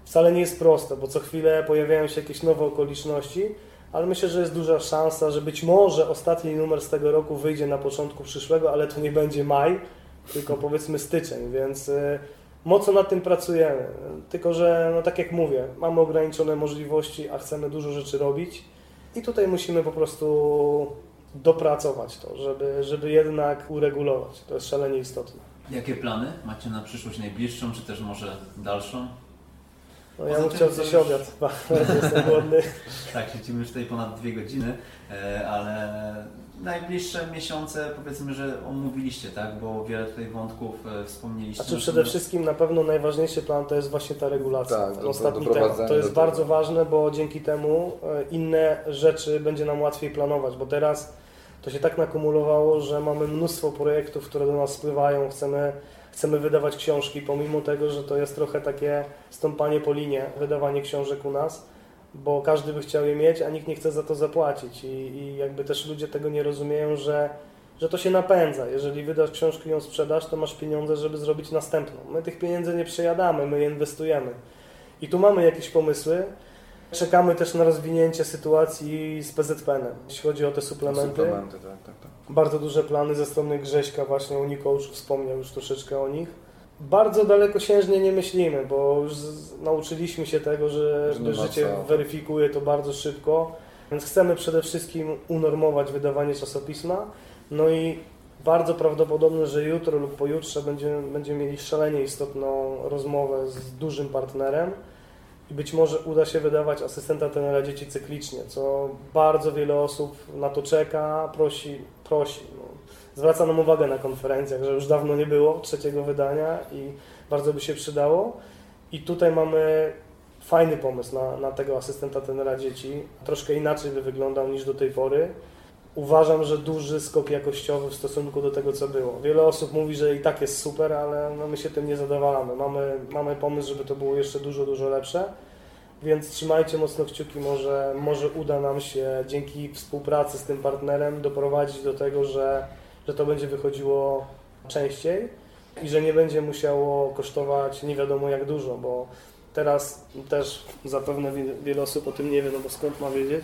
wcale nie jest proste, bo co chwilę pojawiają się jakieś nowe okoliczności, ale myślę, że jest duża szansa, że być może ostatni numer z tego roku wyjdzie na początku przyszłego, ale to nie będzie maj, tylko powiedzmy styczeń, więc mocno nad tym pracujemy. Tylko że, no tak jak mówię, mamy ograniczone możliwości, a chcemy dużo rzeczy robić i tutaj musimy po prostu dopracować to, żeby, żeby jednak uregulować. To jest szalenie istotne. Jakie plany macie na przyszłość najbliższą, czy też może dalszą? No ja bym chciał coś obiad, jestem głodny. Tak, siedzimy już tutaj ponad dwie godziny, ale najbliższe miesiące powiedzmy, że omówiliście, tak? Bo wiele tutaj wątków wspomnieliście. Znaczy przede wszystkim na pewno najważniejszy plan to jest właśnie ta regulacja. Tak, ten do, ostatni do temat. To jest do bardzo ważne, bo dzięki temu inne rzeczy będzie nam łatwiej planować, bo teraz to się tak nakumulowało, że mamy mnóstwo projektów, które do nas spływają, chcemy Chcemy wydawać książki, pomimo tego, że to jest trochę takie stąpanie po linie, wydawanie książek u nas, bo każdy by chciał je mieć, a nikt nie chce za to zapłacić. I, i jakby też ludzie tego nie rozumieją, że, że to się napędza. Jeżeli wydasz książkę i ją sprzedasz, to masz pieniądze, żeby zrobić następną. My tych pieniędzy nie przejadamy, my je inwestujemy. I tu mamy jakieś pomysły. Czekamy też na rozwinięcie sytuacji z P Z P N-em, jeśli chodzi o te suplementy. suplementy tak, tak, tak. Bardzo duże plany ze strony Grześka, właśnie Unicoach wspomniał już troszeczkę o nich. Bardzo dalekosiężnie nie myślimy, bo już z, nauczyliśmy się tego, że, że życie co. weryfikuje to bardzo szybko, więc chcemy przede wszystkim unormować wydawanie czasopisma. No i bardzo prawdopodobne, że jutro lub pojutrze będziemy, będziemy mieli szalenie istotną rozmowę z dużym partnerem. I być może uda się wydawać asystenta trenera dzieci cyklicznie, co bardzo wiele osób na to czeka, prosi, prosi. No. Zwraca nam uwagę na konferencjach, że już dawno nie było trzeciego wydania i bardzo by się przydało. I tutaj mamy fajny pomysł na, na tego asystenta trenera dzieci. Troszkę inaczej by wyglądał niż do tej pory. Uważam, że duży skok jakościowy w stosunku do tego, co było. Wiele osób mówi, że i tak jest super, ale no my się tym nie zadowalamy. Mamy, mamy pomysł, żeby to było jeszcze dużo, dużo lepsze, więc trzymajcie mocno kciuki, może, może uda nam się dzięki współpracy z tym partnerem doprowadzić do tego, że, że to będzie wychodziło częściej i że nie będzie musiało kosztować nie wiadomo jak dużo, bo teraz też zapewne wiele osób o tym nie wie, no bo skąd ma wiedzieć.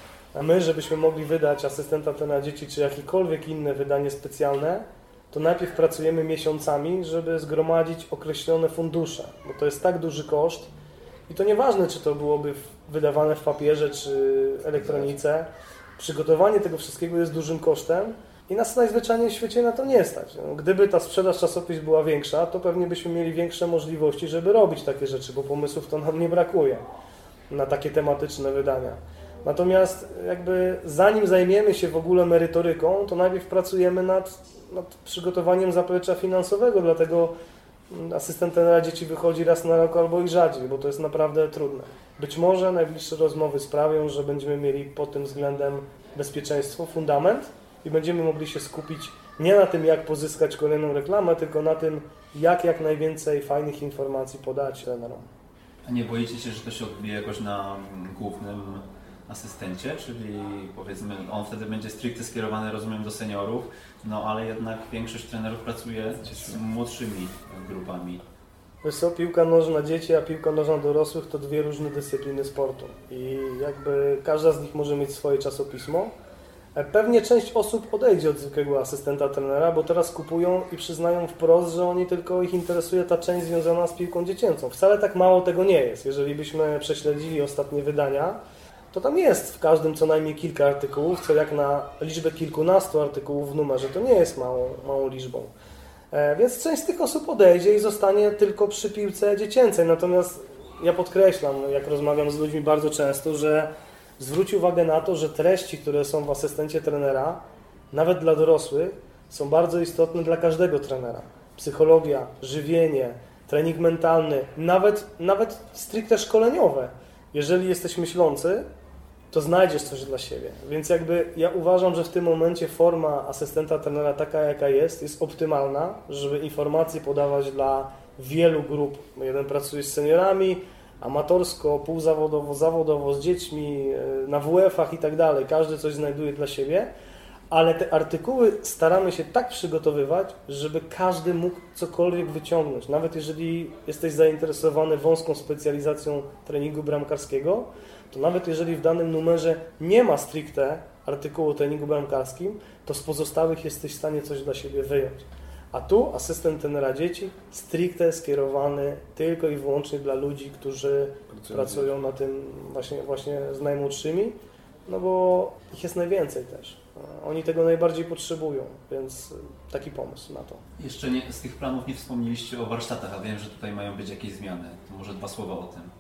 A my, żebyśmy mogli wydać asystenta trenera dzieci, czy jakiekolwiek inne wydanie specjalne, to najpierw pracujemy miesiącami, żeby zgromadzić określone fundusze, bo to jest tak duży koszt i to nieważne, czy to byłoby wydawane w papierze, czy elektronice. Przygotowanie tego wszystkiego jest dużym kosztem i nas najzwyczajniej w świecie na to nie stać. Gdyby ta sprzedaż czasopism była większa, to pewnie byśmy mieli większe możliwości, żeby robić takie rzeczy, bo pomysłów to nam nie brakuje na takie tematyczne wydania. Natomiast jakby zanim zajmiemy się w ogóle merytoryką, to najpierw pracujemy nad, nad przygotowaniem zaplecza finansowego, dlatego asystent trenera dzieci wychodzi raz na rok albo i rzadziej, bo to jest naprawdę trudne. Być może najbliższe rozmowy sprawią, że będziemy mieli pod tym względem bezpieczeństwo, fundament i będziemy mogli się skupić nie na tym, jak pozyskać kolejną reklamę, tylko na tym, jak jak najwięcej fajnych informacji podać trenerom. A nie boicie się, że to się odbije jakoś na głównym asystencie, czyli powiedzmy on wtedy będzie stricte skierowany, rozumiem, do seniorów, no ale jednak większość trenerów pracuje z młodszymi grupami. Wiesz co, piłka nożna dzieci, a piłka nożna dorosłych to dwie różne dyscypliny sportu i jakby każda z nich może mieć swoje czasopismo. Pewnie część osób odejdzie od zwykłego asystenta trenera, bo teraz kupują i przyznają wprost, że oni tylko ich interesuje ta część związana z piłką dziecięcą. Wcale tak mało tego nie jest. Jeżeli byśmy prześledzili ostatnie wydania, to tam jest w każdym co najmniej kilka artykułów, co jak na liczbę kilkunastu artykułów w numerze, to nie jest małą, małą liczbą. E, więc część z tych osób odejdzie i zostanie tylko przy piłce dziecięcej. Natomiast ja podkreślam, jak rozmawiam z ludźmi bardzo często, że zwróć uwagę na to, że treści, które są w asystencie trenera, nawet dla dorosłych, są bardzo istotne dla każdego trenera. Psychologia, żywienie, trening mentalny, nawet, nawet stricte szkoleniowe. Jeżeli jesteś myślący, to znajdziesz coś dla siebie. Więc jakby ja uważam, że w tym momencie forma asystenta trenera taka jaka jest, jest optymalna, żeby informacje podawać dla wielu grup. Jeden pracuje z seniorami, amatorsko, półzawodowo, zawodowo, z dziećmi, na W F-ach i tak dalej. Każdy coś znajduje dla siebie, ale te artykuły staramy się tak przygotowywać, żeby każdy mógł cokolwiek wyciągnąć. Nawet jeżeli jesteś zainteresowany wąską specjalizacją treningu bramkarskiego, to nawet jeżeli w danym numerze nie ma stricte artykułu o treningu bramkarskim, to z pozostałych jesteś w stanie coś dla siebie wyjąć. A tu asystent trenera dzieci stricte skierowany tylko i wyłącznie dla ludzi, którzy pracują, pracują na tym właśnie, właśnie z najmłodszymi, no bo ich jest najwięcej też. Oni tego najbardziej potrzebują, więc taki pomysł na to. Jeszcze nie, z tych planów nie wspomnieliście o warsztatach, a wiem, że tutaj mają być jakieś zmiany. To może dwa słowa o tym.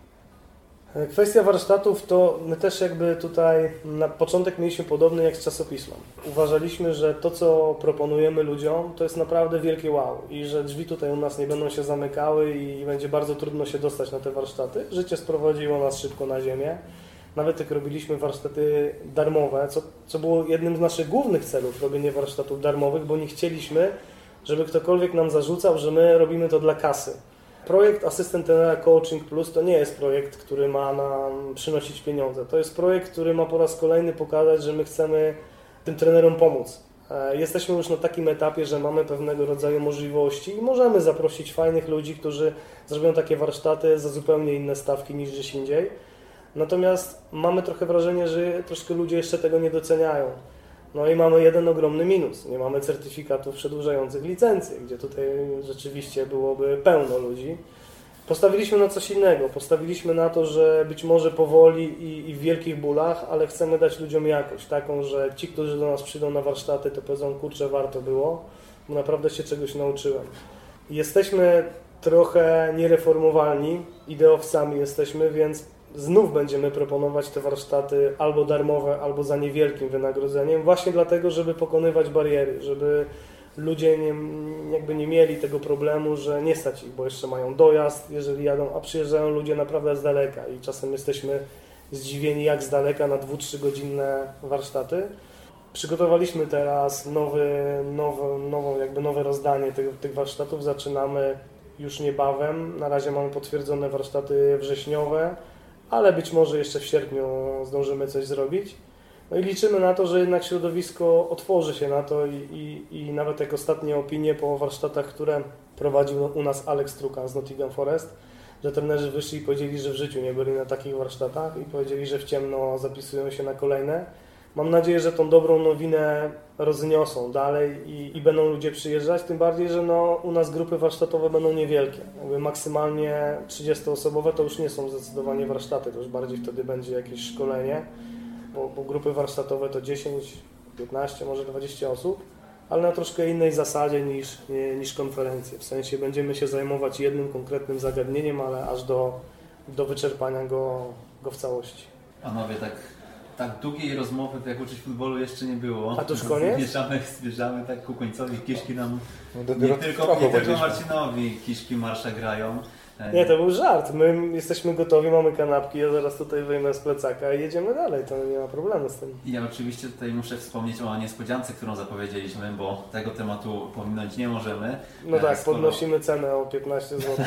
Kwestia warsztatów to my też jakby tutaj na początek mieliśmy podobny jak z czasopismem. Uważaliśmy, że to co proponujemy ludziom to jest naprawdę wielkie wow i że drzwi tutaj u nas nie będą się zamykały i będzie bardzo trudno się dostać na te warsztaty. Życie sprowadziło nas szybko na ziemię. Nawet jak robiliśmy warsztaty darmowe, co, co było jednym z naszych głównych celów, robienie warsztatów darmowych, bo nie chcieliśmy, żeby ktokolwiek nam zarzucał, że my robimy to dla kasy. Projekt Asystent Trenera Coaching Plus to nie jest projekt, który ma nam przynosić pieniądze. To jest projekt, który ma po raz kolejny pokazać, że my chcemy tym trenerom pomóc. Jesteśmy już na takim etapie, że mamy pewnego rodzaju możliwości i możemy zaprosić fajnych ludzi, którzy zrobią takie warsztaty za zupełnie inne stawki niż gdzieś indziej. Natomiast mamy trochę wrażenie, że troszkę ludzie jeszcze tego nie doceniają. No i mamy jeden ogromny minus. Nie mamy certyfikatów przedłużających licencję, gdzie tutaj rzeczywiście byłoby pełno ludzi. Postawiliśmy na coś innego. Postawiliśmy na to, że być może powoli i, i w wielkich bólach, ale chcemy dać ludziom jakość taką, że ci, którzy do nas przyjdą na warsztaty, to powiedzą, kurczę, warto było, bo naprawdę się czegoś nauczyłem. Jesteśmy trochę niereformowalni, ideowcami jesteśmy, więc znów będziemy proponować te warsztaty albo darmowe, albo za niewielkim wynagrodzeniem, właśnie dlatego, żeby pokonywać bariery, żeby ludzie nie, jakby nie mieli tego problemu, że nie stać ich, bo jeszcze mają dojazd, jeżeli jadą, a przyjeżdżają ludzie naprawdę z daleka i czasem jesteśmy zdziwieni, jak z daleka na dwu-, trzygodzinne warsztaty. Przygotowaliśmy teraz nowy, nowe, nowe, jakby nowe rozdanie tych, tych warsztatów, zaczynamy już niebawem, na razie mamy potwierdzone warsztaty wrześniowe, ale być może jeszcze w sierpniu zdążymy coś zrobić. No i liczymy na to, że jednak środowisko otworzy się na to i, i, i nawet jak ostatnie opinie po warsztatach, które prowadził u nas Alex Trukan z Nottingham Forest, że trenerzy wyszli i powiedzieli, że w życiu nie byli na takich warsztatach i powiedzieli, że w ciemno zapisują się na kolejne. Mam nadzieję, że tą dobrą nowinę rozniosą dalej i, i będą ludzie przyjeżdżać, tym bardziej, że no, u nas grupy warsztatowe będą niewielkie. Jakby maksymalnie trzydziestoosobowe to już nie są zdecydowanie warsztaty, to już bardziej wtedy będzie jakieś szkolenie, bo, bo grupy warsztatowe to dziesięć, piętnaście, może dwadzieścia osób, ale na troszkę innej zasadzie niż, nie, niż konferencje. W sensie będziemy się zajmować jednym konkretnym zagadnieniem, ale aż do, do wyczerpania go, go w całości. Panowie, tak... Tak długiej rozmowy jak uczyć futbolu jeszcze nie było. A to już koniec? Zmierzamy, zmierzamy tak ku końcowi. Kiszki nam, No nie tylko, nie tylko Marcinowi kiszki marsza grają. Nie, to był żart. My jesteśmy gotowi, mamy kanapki, ja zaraz tutaj wyjmę z plecaka i jedziemy dalej. To nie ma problemu z tym. Ja oczywiście tutaj muszę wspomnieć o niespodziance, którą zapowiedzieliśmy, bo tego tematu pominąć nie możemy. No tak, Skoro... podnosimy cenę o piętnaście złotych.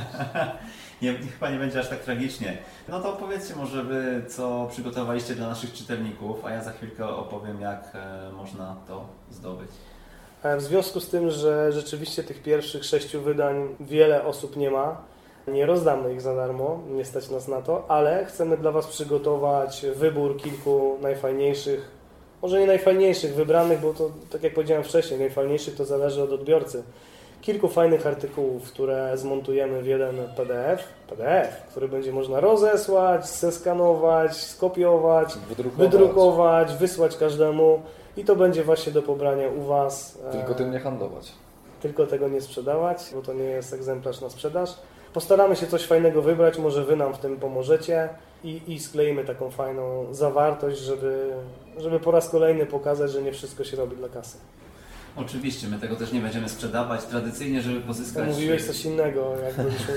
Nie, chyba nie będzie aż tak tragicznie. No to opowiedzcie może wy, co przygotowaliście dla naszych czytelników, a ja za chwilkę opowiem, jak e, można to zdobyć. W związku z tym, że rzeczywiście tych pierwszych sześciu wydań wiele osób nie ma, nie rozdamy ich za darmo, nie stać nas na to, ale chcemy dla Was przygotować wybór kilku najfajniejszych, może nie najfajniejszych, wybranych, bo to, tak jak powiedziałem wcześniej, najfajniejszych to zależy od odbiorcy. Kilku fajnych artykułów, które zmontujemy w jeden P D F, P D F, który będzie można rozesłać, zeskanować, skopiować, wydrukować. wydrukować, wysłać każdemu i to będzie właśnie do pobrania u Was. Tylko tym nie handlować. Tylko tego nie sprzedawać, bo to nie jest egzemplarz na sprzedaż. Postaramy się coś fajnego wybrać, może Wy nam w tym pomożecie i, i skleimy taką fajną zawartość, żeby, żeby po raz kolejny pokazać, że nie wszystko się robi dla kasy. Oczywiście, my tego też nie będziemy sprzedawać tradycyjnie, żeby pozyskać... No, mówiłeś coś innego, jak to się,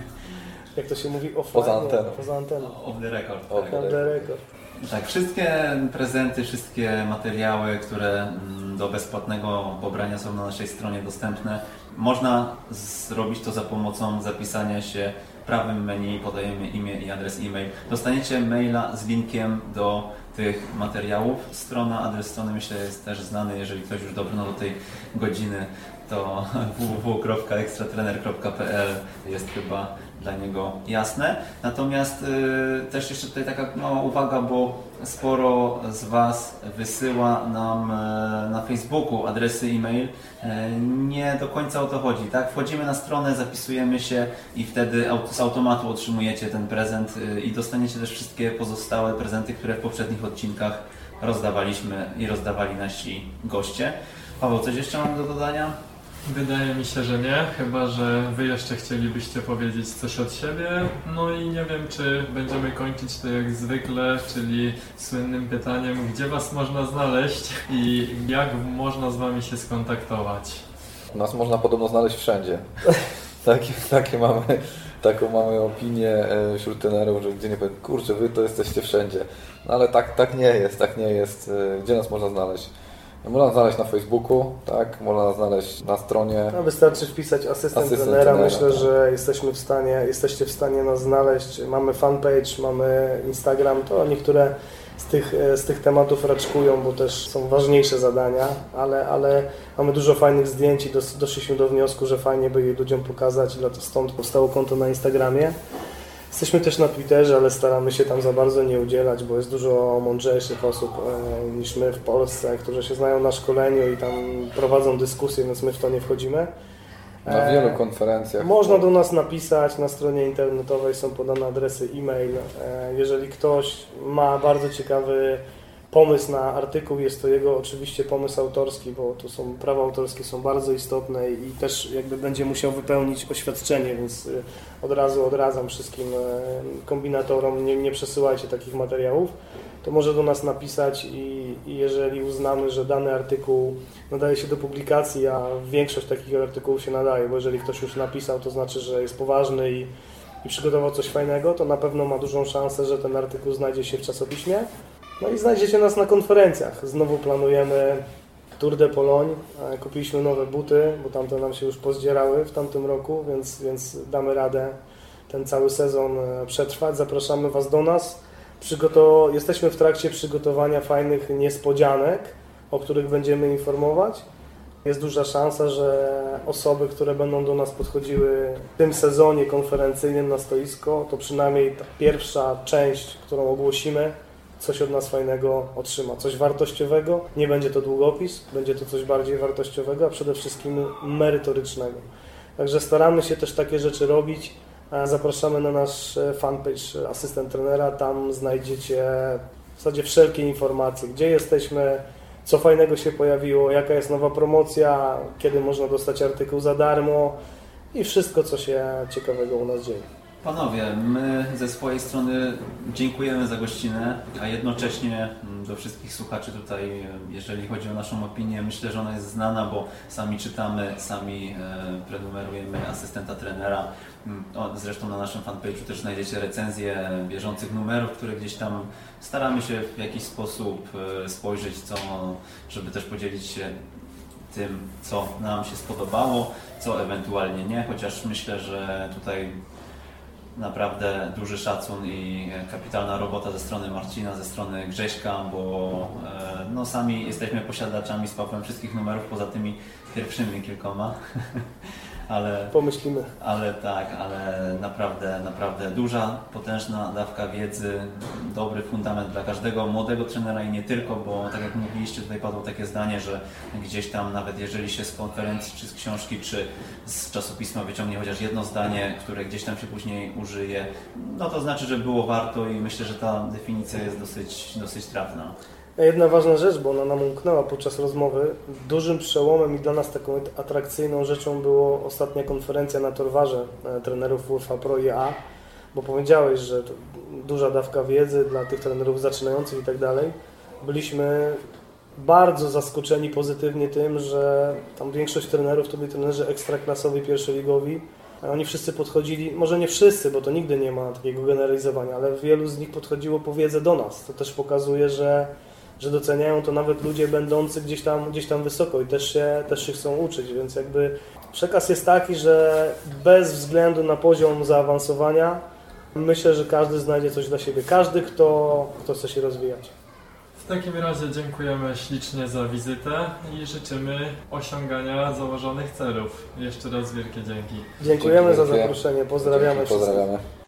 jak to się mówi offline, poza anteną. Poza anteną. Off the record. Off tak. the record. Tak, wszystkie prezenty, wszystkie materiały, które do bezpłatnego pobrania są na naszej stronie dostępne, można zrobić to za pomocą zapisania się prawym menu podajemy imię i adres e-mail. Dostaniecie maila z linkiem do tych materiałów. Strona, adres strony myślę jest też znany, jeżeli ktoś już dobrnął do tej godziny, to w w w kropka ekstratrener kropka p l jest chyba dla niego jasne. Natomiast y, też jeszcze tutaj taka mała uwaga, bo sporo z Was wysyła nam y, na Facebooku adresy e-mail. Y, nie do końca o to chodzi, tak? Wchodzimy na stronę, zapisujemy się i wtedy aut z automatu otrzymujecie ten prezent y, i dostaniecie też wszystkie pozostałe prezenty, które w poprzednich odcinkach rozdawaliśmy i rozdawali nasi goście. Paweł, coś jeszcze mam do dodania? Wydaje mi się, że nie, chyba że Wy jeszcze chcielibyście powiedzieć coś od siebie. No i nie wiem, czy będziemy kończyć to jak zwykle, czyli słynnym pytaniem, gdzie Was można znaleźć i jak można z Wami się skontaktować. Nas można podobno znaleźć wszędzie. takie, takie mamy, taką mamy opinię wśród trenerów, że gdzie nie powiem, kurczę, Wy to jesteście wszędzie. No ale tak, tak nie jest, tak nie jest. Gdzie nas można znaleźć? Można znaleźć na Facebooku, tak? Można znaleźć na stronie. No, wystarczy wpisać asystent, asystent trenera. trenera. Myślę, tak. że jesteśmy w stanie, jesteście w stanie nas znaleźć. Mamy fanpage, mamy Instagram. To niektóre z tych, z tych tematów raczkują, bo też są ważniejsze zadania, ale, ale mamy dużo fajnych zdjęć i dos, doszliśmy do wniosku, że fajnie by je ludziom pokazać. Stąd powstało konto na Instagramie. Jesteśmy też na Twitterze, ale staramy się tam za bardzo nie udzielać, bo jest dużo mądrzejszych osób e, niż my w Polsce, którzy się znają na szkoleniu i tam prowadzą dyskusje, więc my w to nie wchodzimy. E, na wielu konferencjach. Można do nas napisać, na stronie internetowej są podane adresy e-mail. E, jeżeli ktoś ma bardzo ciekawy pomysł na artykuł, jest to jego oczywiście pomysł autorski, bo tu są prawa autorskie są bardzo istotne i też jakby będzie musiał wypełnić oświadczenie, więc od razu odradzam wszystkim kombinatorom, nie, nie przesyłajcie takich materiałów, to może do nas napisać i, i jeżeli uznamy, że dany artykuł nadaje się do publikacji, a większość takich artykułów się nadaje, bo jeżeli ktoś już napisał, to znaczy, że jest poważny i, i przygotował coś fajnego, to na pewno ma dużą szansę, że ten artykuł znajdzie się w czasopiśmie. No i znajdziecie nas na konferencjach. Znowu planujemy Tour de Pologne. Kupiliśmy nowe buty, bo tamte nam się już pozdzierały w tamtym roku, więc, więc damy radę ten cały sezon przetrwać. Zapraszamy Was do nas. Przygotow- Jesteśmy w trakcie przygotowania fajnych niespodzianek, o których będziemy informować. Jest duża szansa, że osoby, które będą do nas podchodziły w tym sezonie konferencyjnym na stoisko, to przynajmniej ta pierwsza część, którą ogłosimy, coś od nas fajnego otrzyma, coś wartościowego. Nie będzie to długopis, będzie to coś bardziej wartościowego, a przede wszystkim merytorycznego. Także staramy się też takie rzeczy robić. Zapraszamy na nasz fanpage Asystent Trenera, tam znajdziecie w zasadzie wszelkie informacje, gdzie jesteśmy, co fajnego się pojawiło, jaka jest nowa promocja, kiedy można dostać artykuł za darmo i wszystko, co się ciekawego u nas dzieje. Panowie, my ze swojej strony dziękujemy za gościnę, a jednocześnie do wszystkich słuchaczy tutaj, jeżeli chodzi o naszą opinię, myślę, że ona jest znana, bo sami czytamy, sami prenumerujemy asystenta trenera. Zresztą na naszym fanpage'u też znajdziecie recenzje bieżących numerów, które gdzieś tam staramy się w jakiś sposób spojrzeć, co, żeby też podzielić się tym, co nam się spodobało, co ewentualnie nie, chociaż myślę, że tutaj naprawdę duży szacun i kapitalna robota ze strony Marcina, ze strony Grześka, bo no, sami jesteśmy posiadaczami z Pawłem wszystkich numerów, poza tymi pierwszymi kilkoma. Ale, pomyślimy. Ale tak, ale naprawdę, naprawdę duża, potężna dawka wiedzy, dobry fundament dla każdego młodego trenera i nie tylko, bo tak jak mówiliście, tutaj padło takie zdanie, że gdzieś tam nawet jeżeli się z konferencji, czy z książki, czy z czasopisma wyciągnie chociaż jedno zdanie, które gdzieś tam się później użyje, no to znaczy, że było warto i myślę, że ta definicja jest dosyć, dosyć trafna. Jedna ważna rzecz, bo ona nam umknęła podczas rozmowy. Dużym przełomem i dla nas taką atrakcyjną rzeczą była ostatnia konferencja na Torwarze trenerów UEFA Pro i A, bo powiedziałeś, że to duża dawka wiedzy dla tych trenerów zaczynających i tak dalej. Byliśmy bardzo zaskoczeni pozytywnie tym, że tam większość trenerów to byli trenerzy ekstraklasowi, pierwszoligowi. Oni wszyscy podchodzili, może nie wszyscy, bo to nigdy nie ma takiego generalizowania, ale wielu z nich podchodziło po wiedzę do nas. To też pokazuje, że że doceniają to nawet ludzie będący gdzieś tam, gdzieś tam wysoko i też się, też się chcą uczyć, więc jakby Przekaz jest taki, że bez względu na poziom zaawansowania myślę, że każdy znajdzie coś dla siebie. Każdy, kto, kto chce się rozwijać. W takim razie dziękujemy ślicznie za wizytę i życzymy osiągania założonych celów. Jeszcze raz wielkie dzięki. Dziękujemy Dzięki za wielkie. zaproszenie. Pozdrawiamy Dzięki, wszystkich. pozdrawiamy.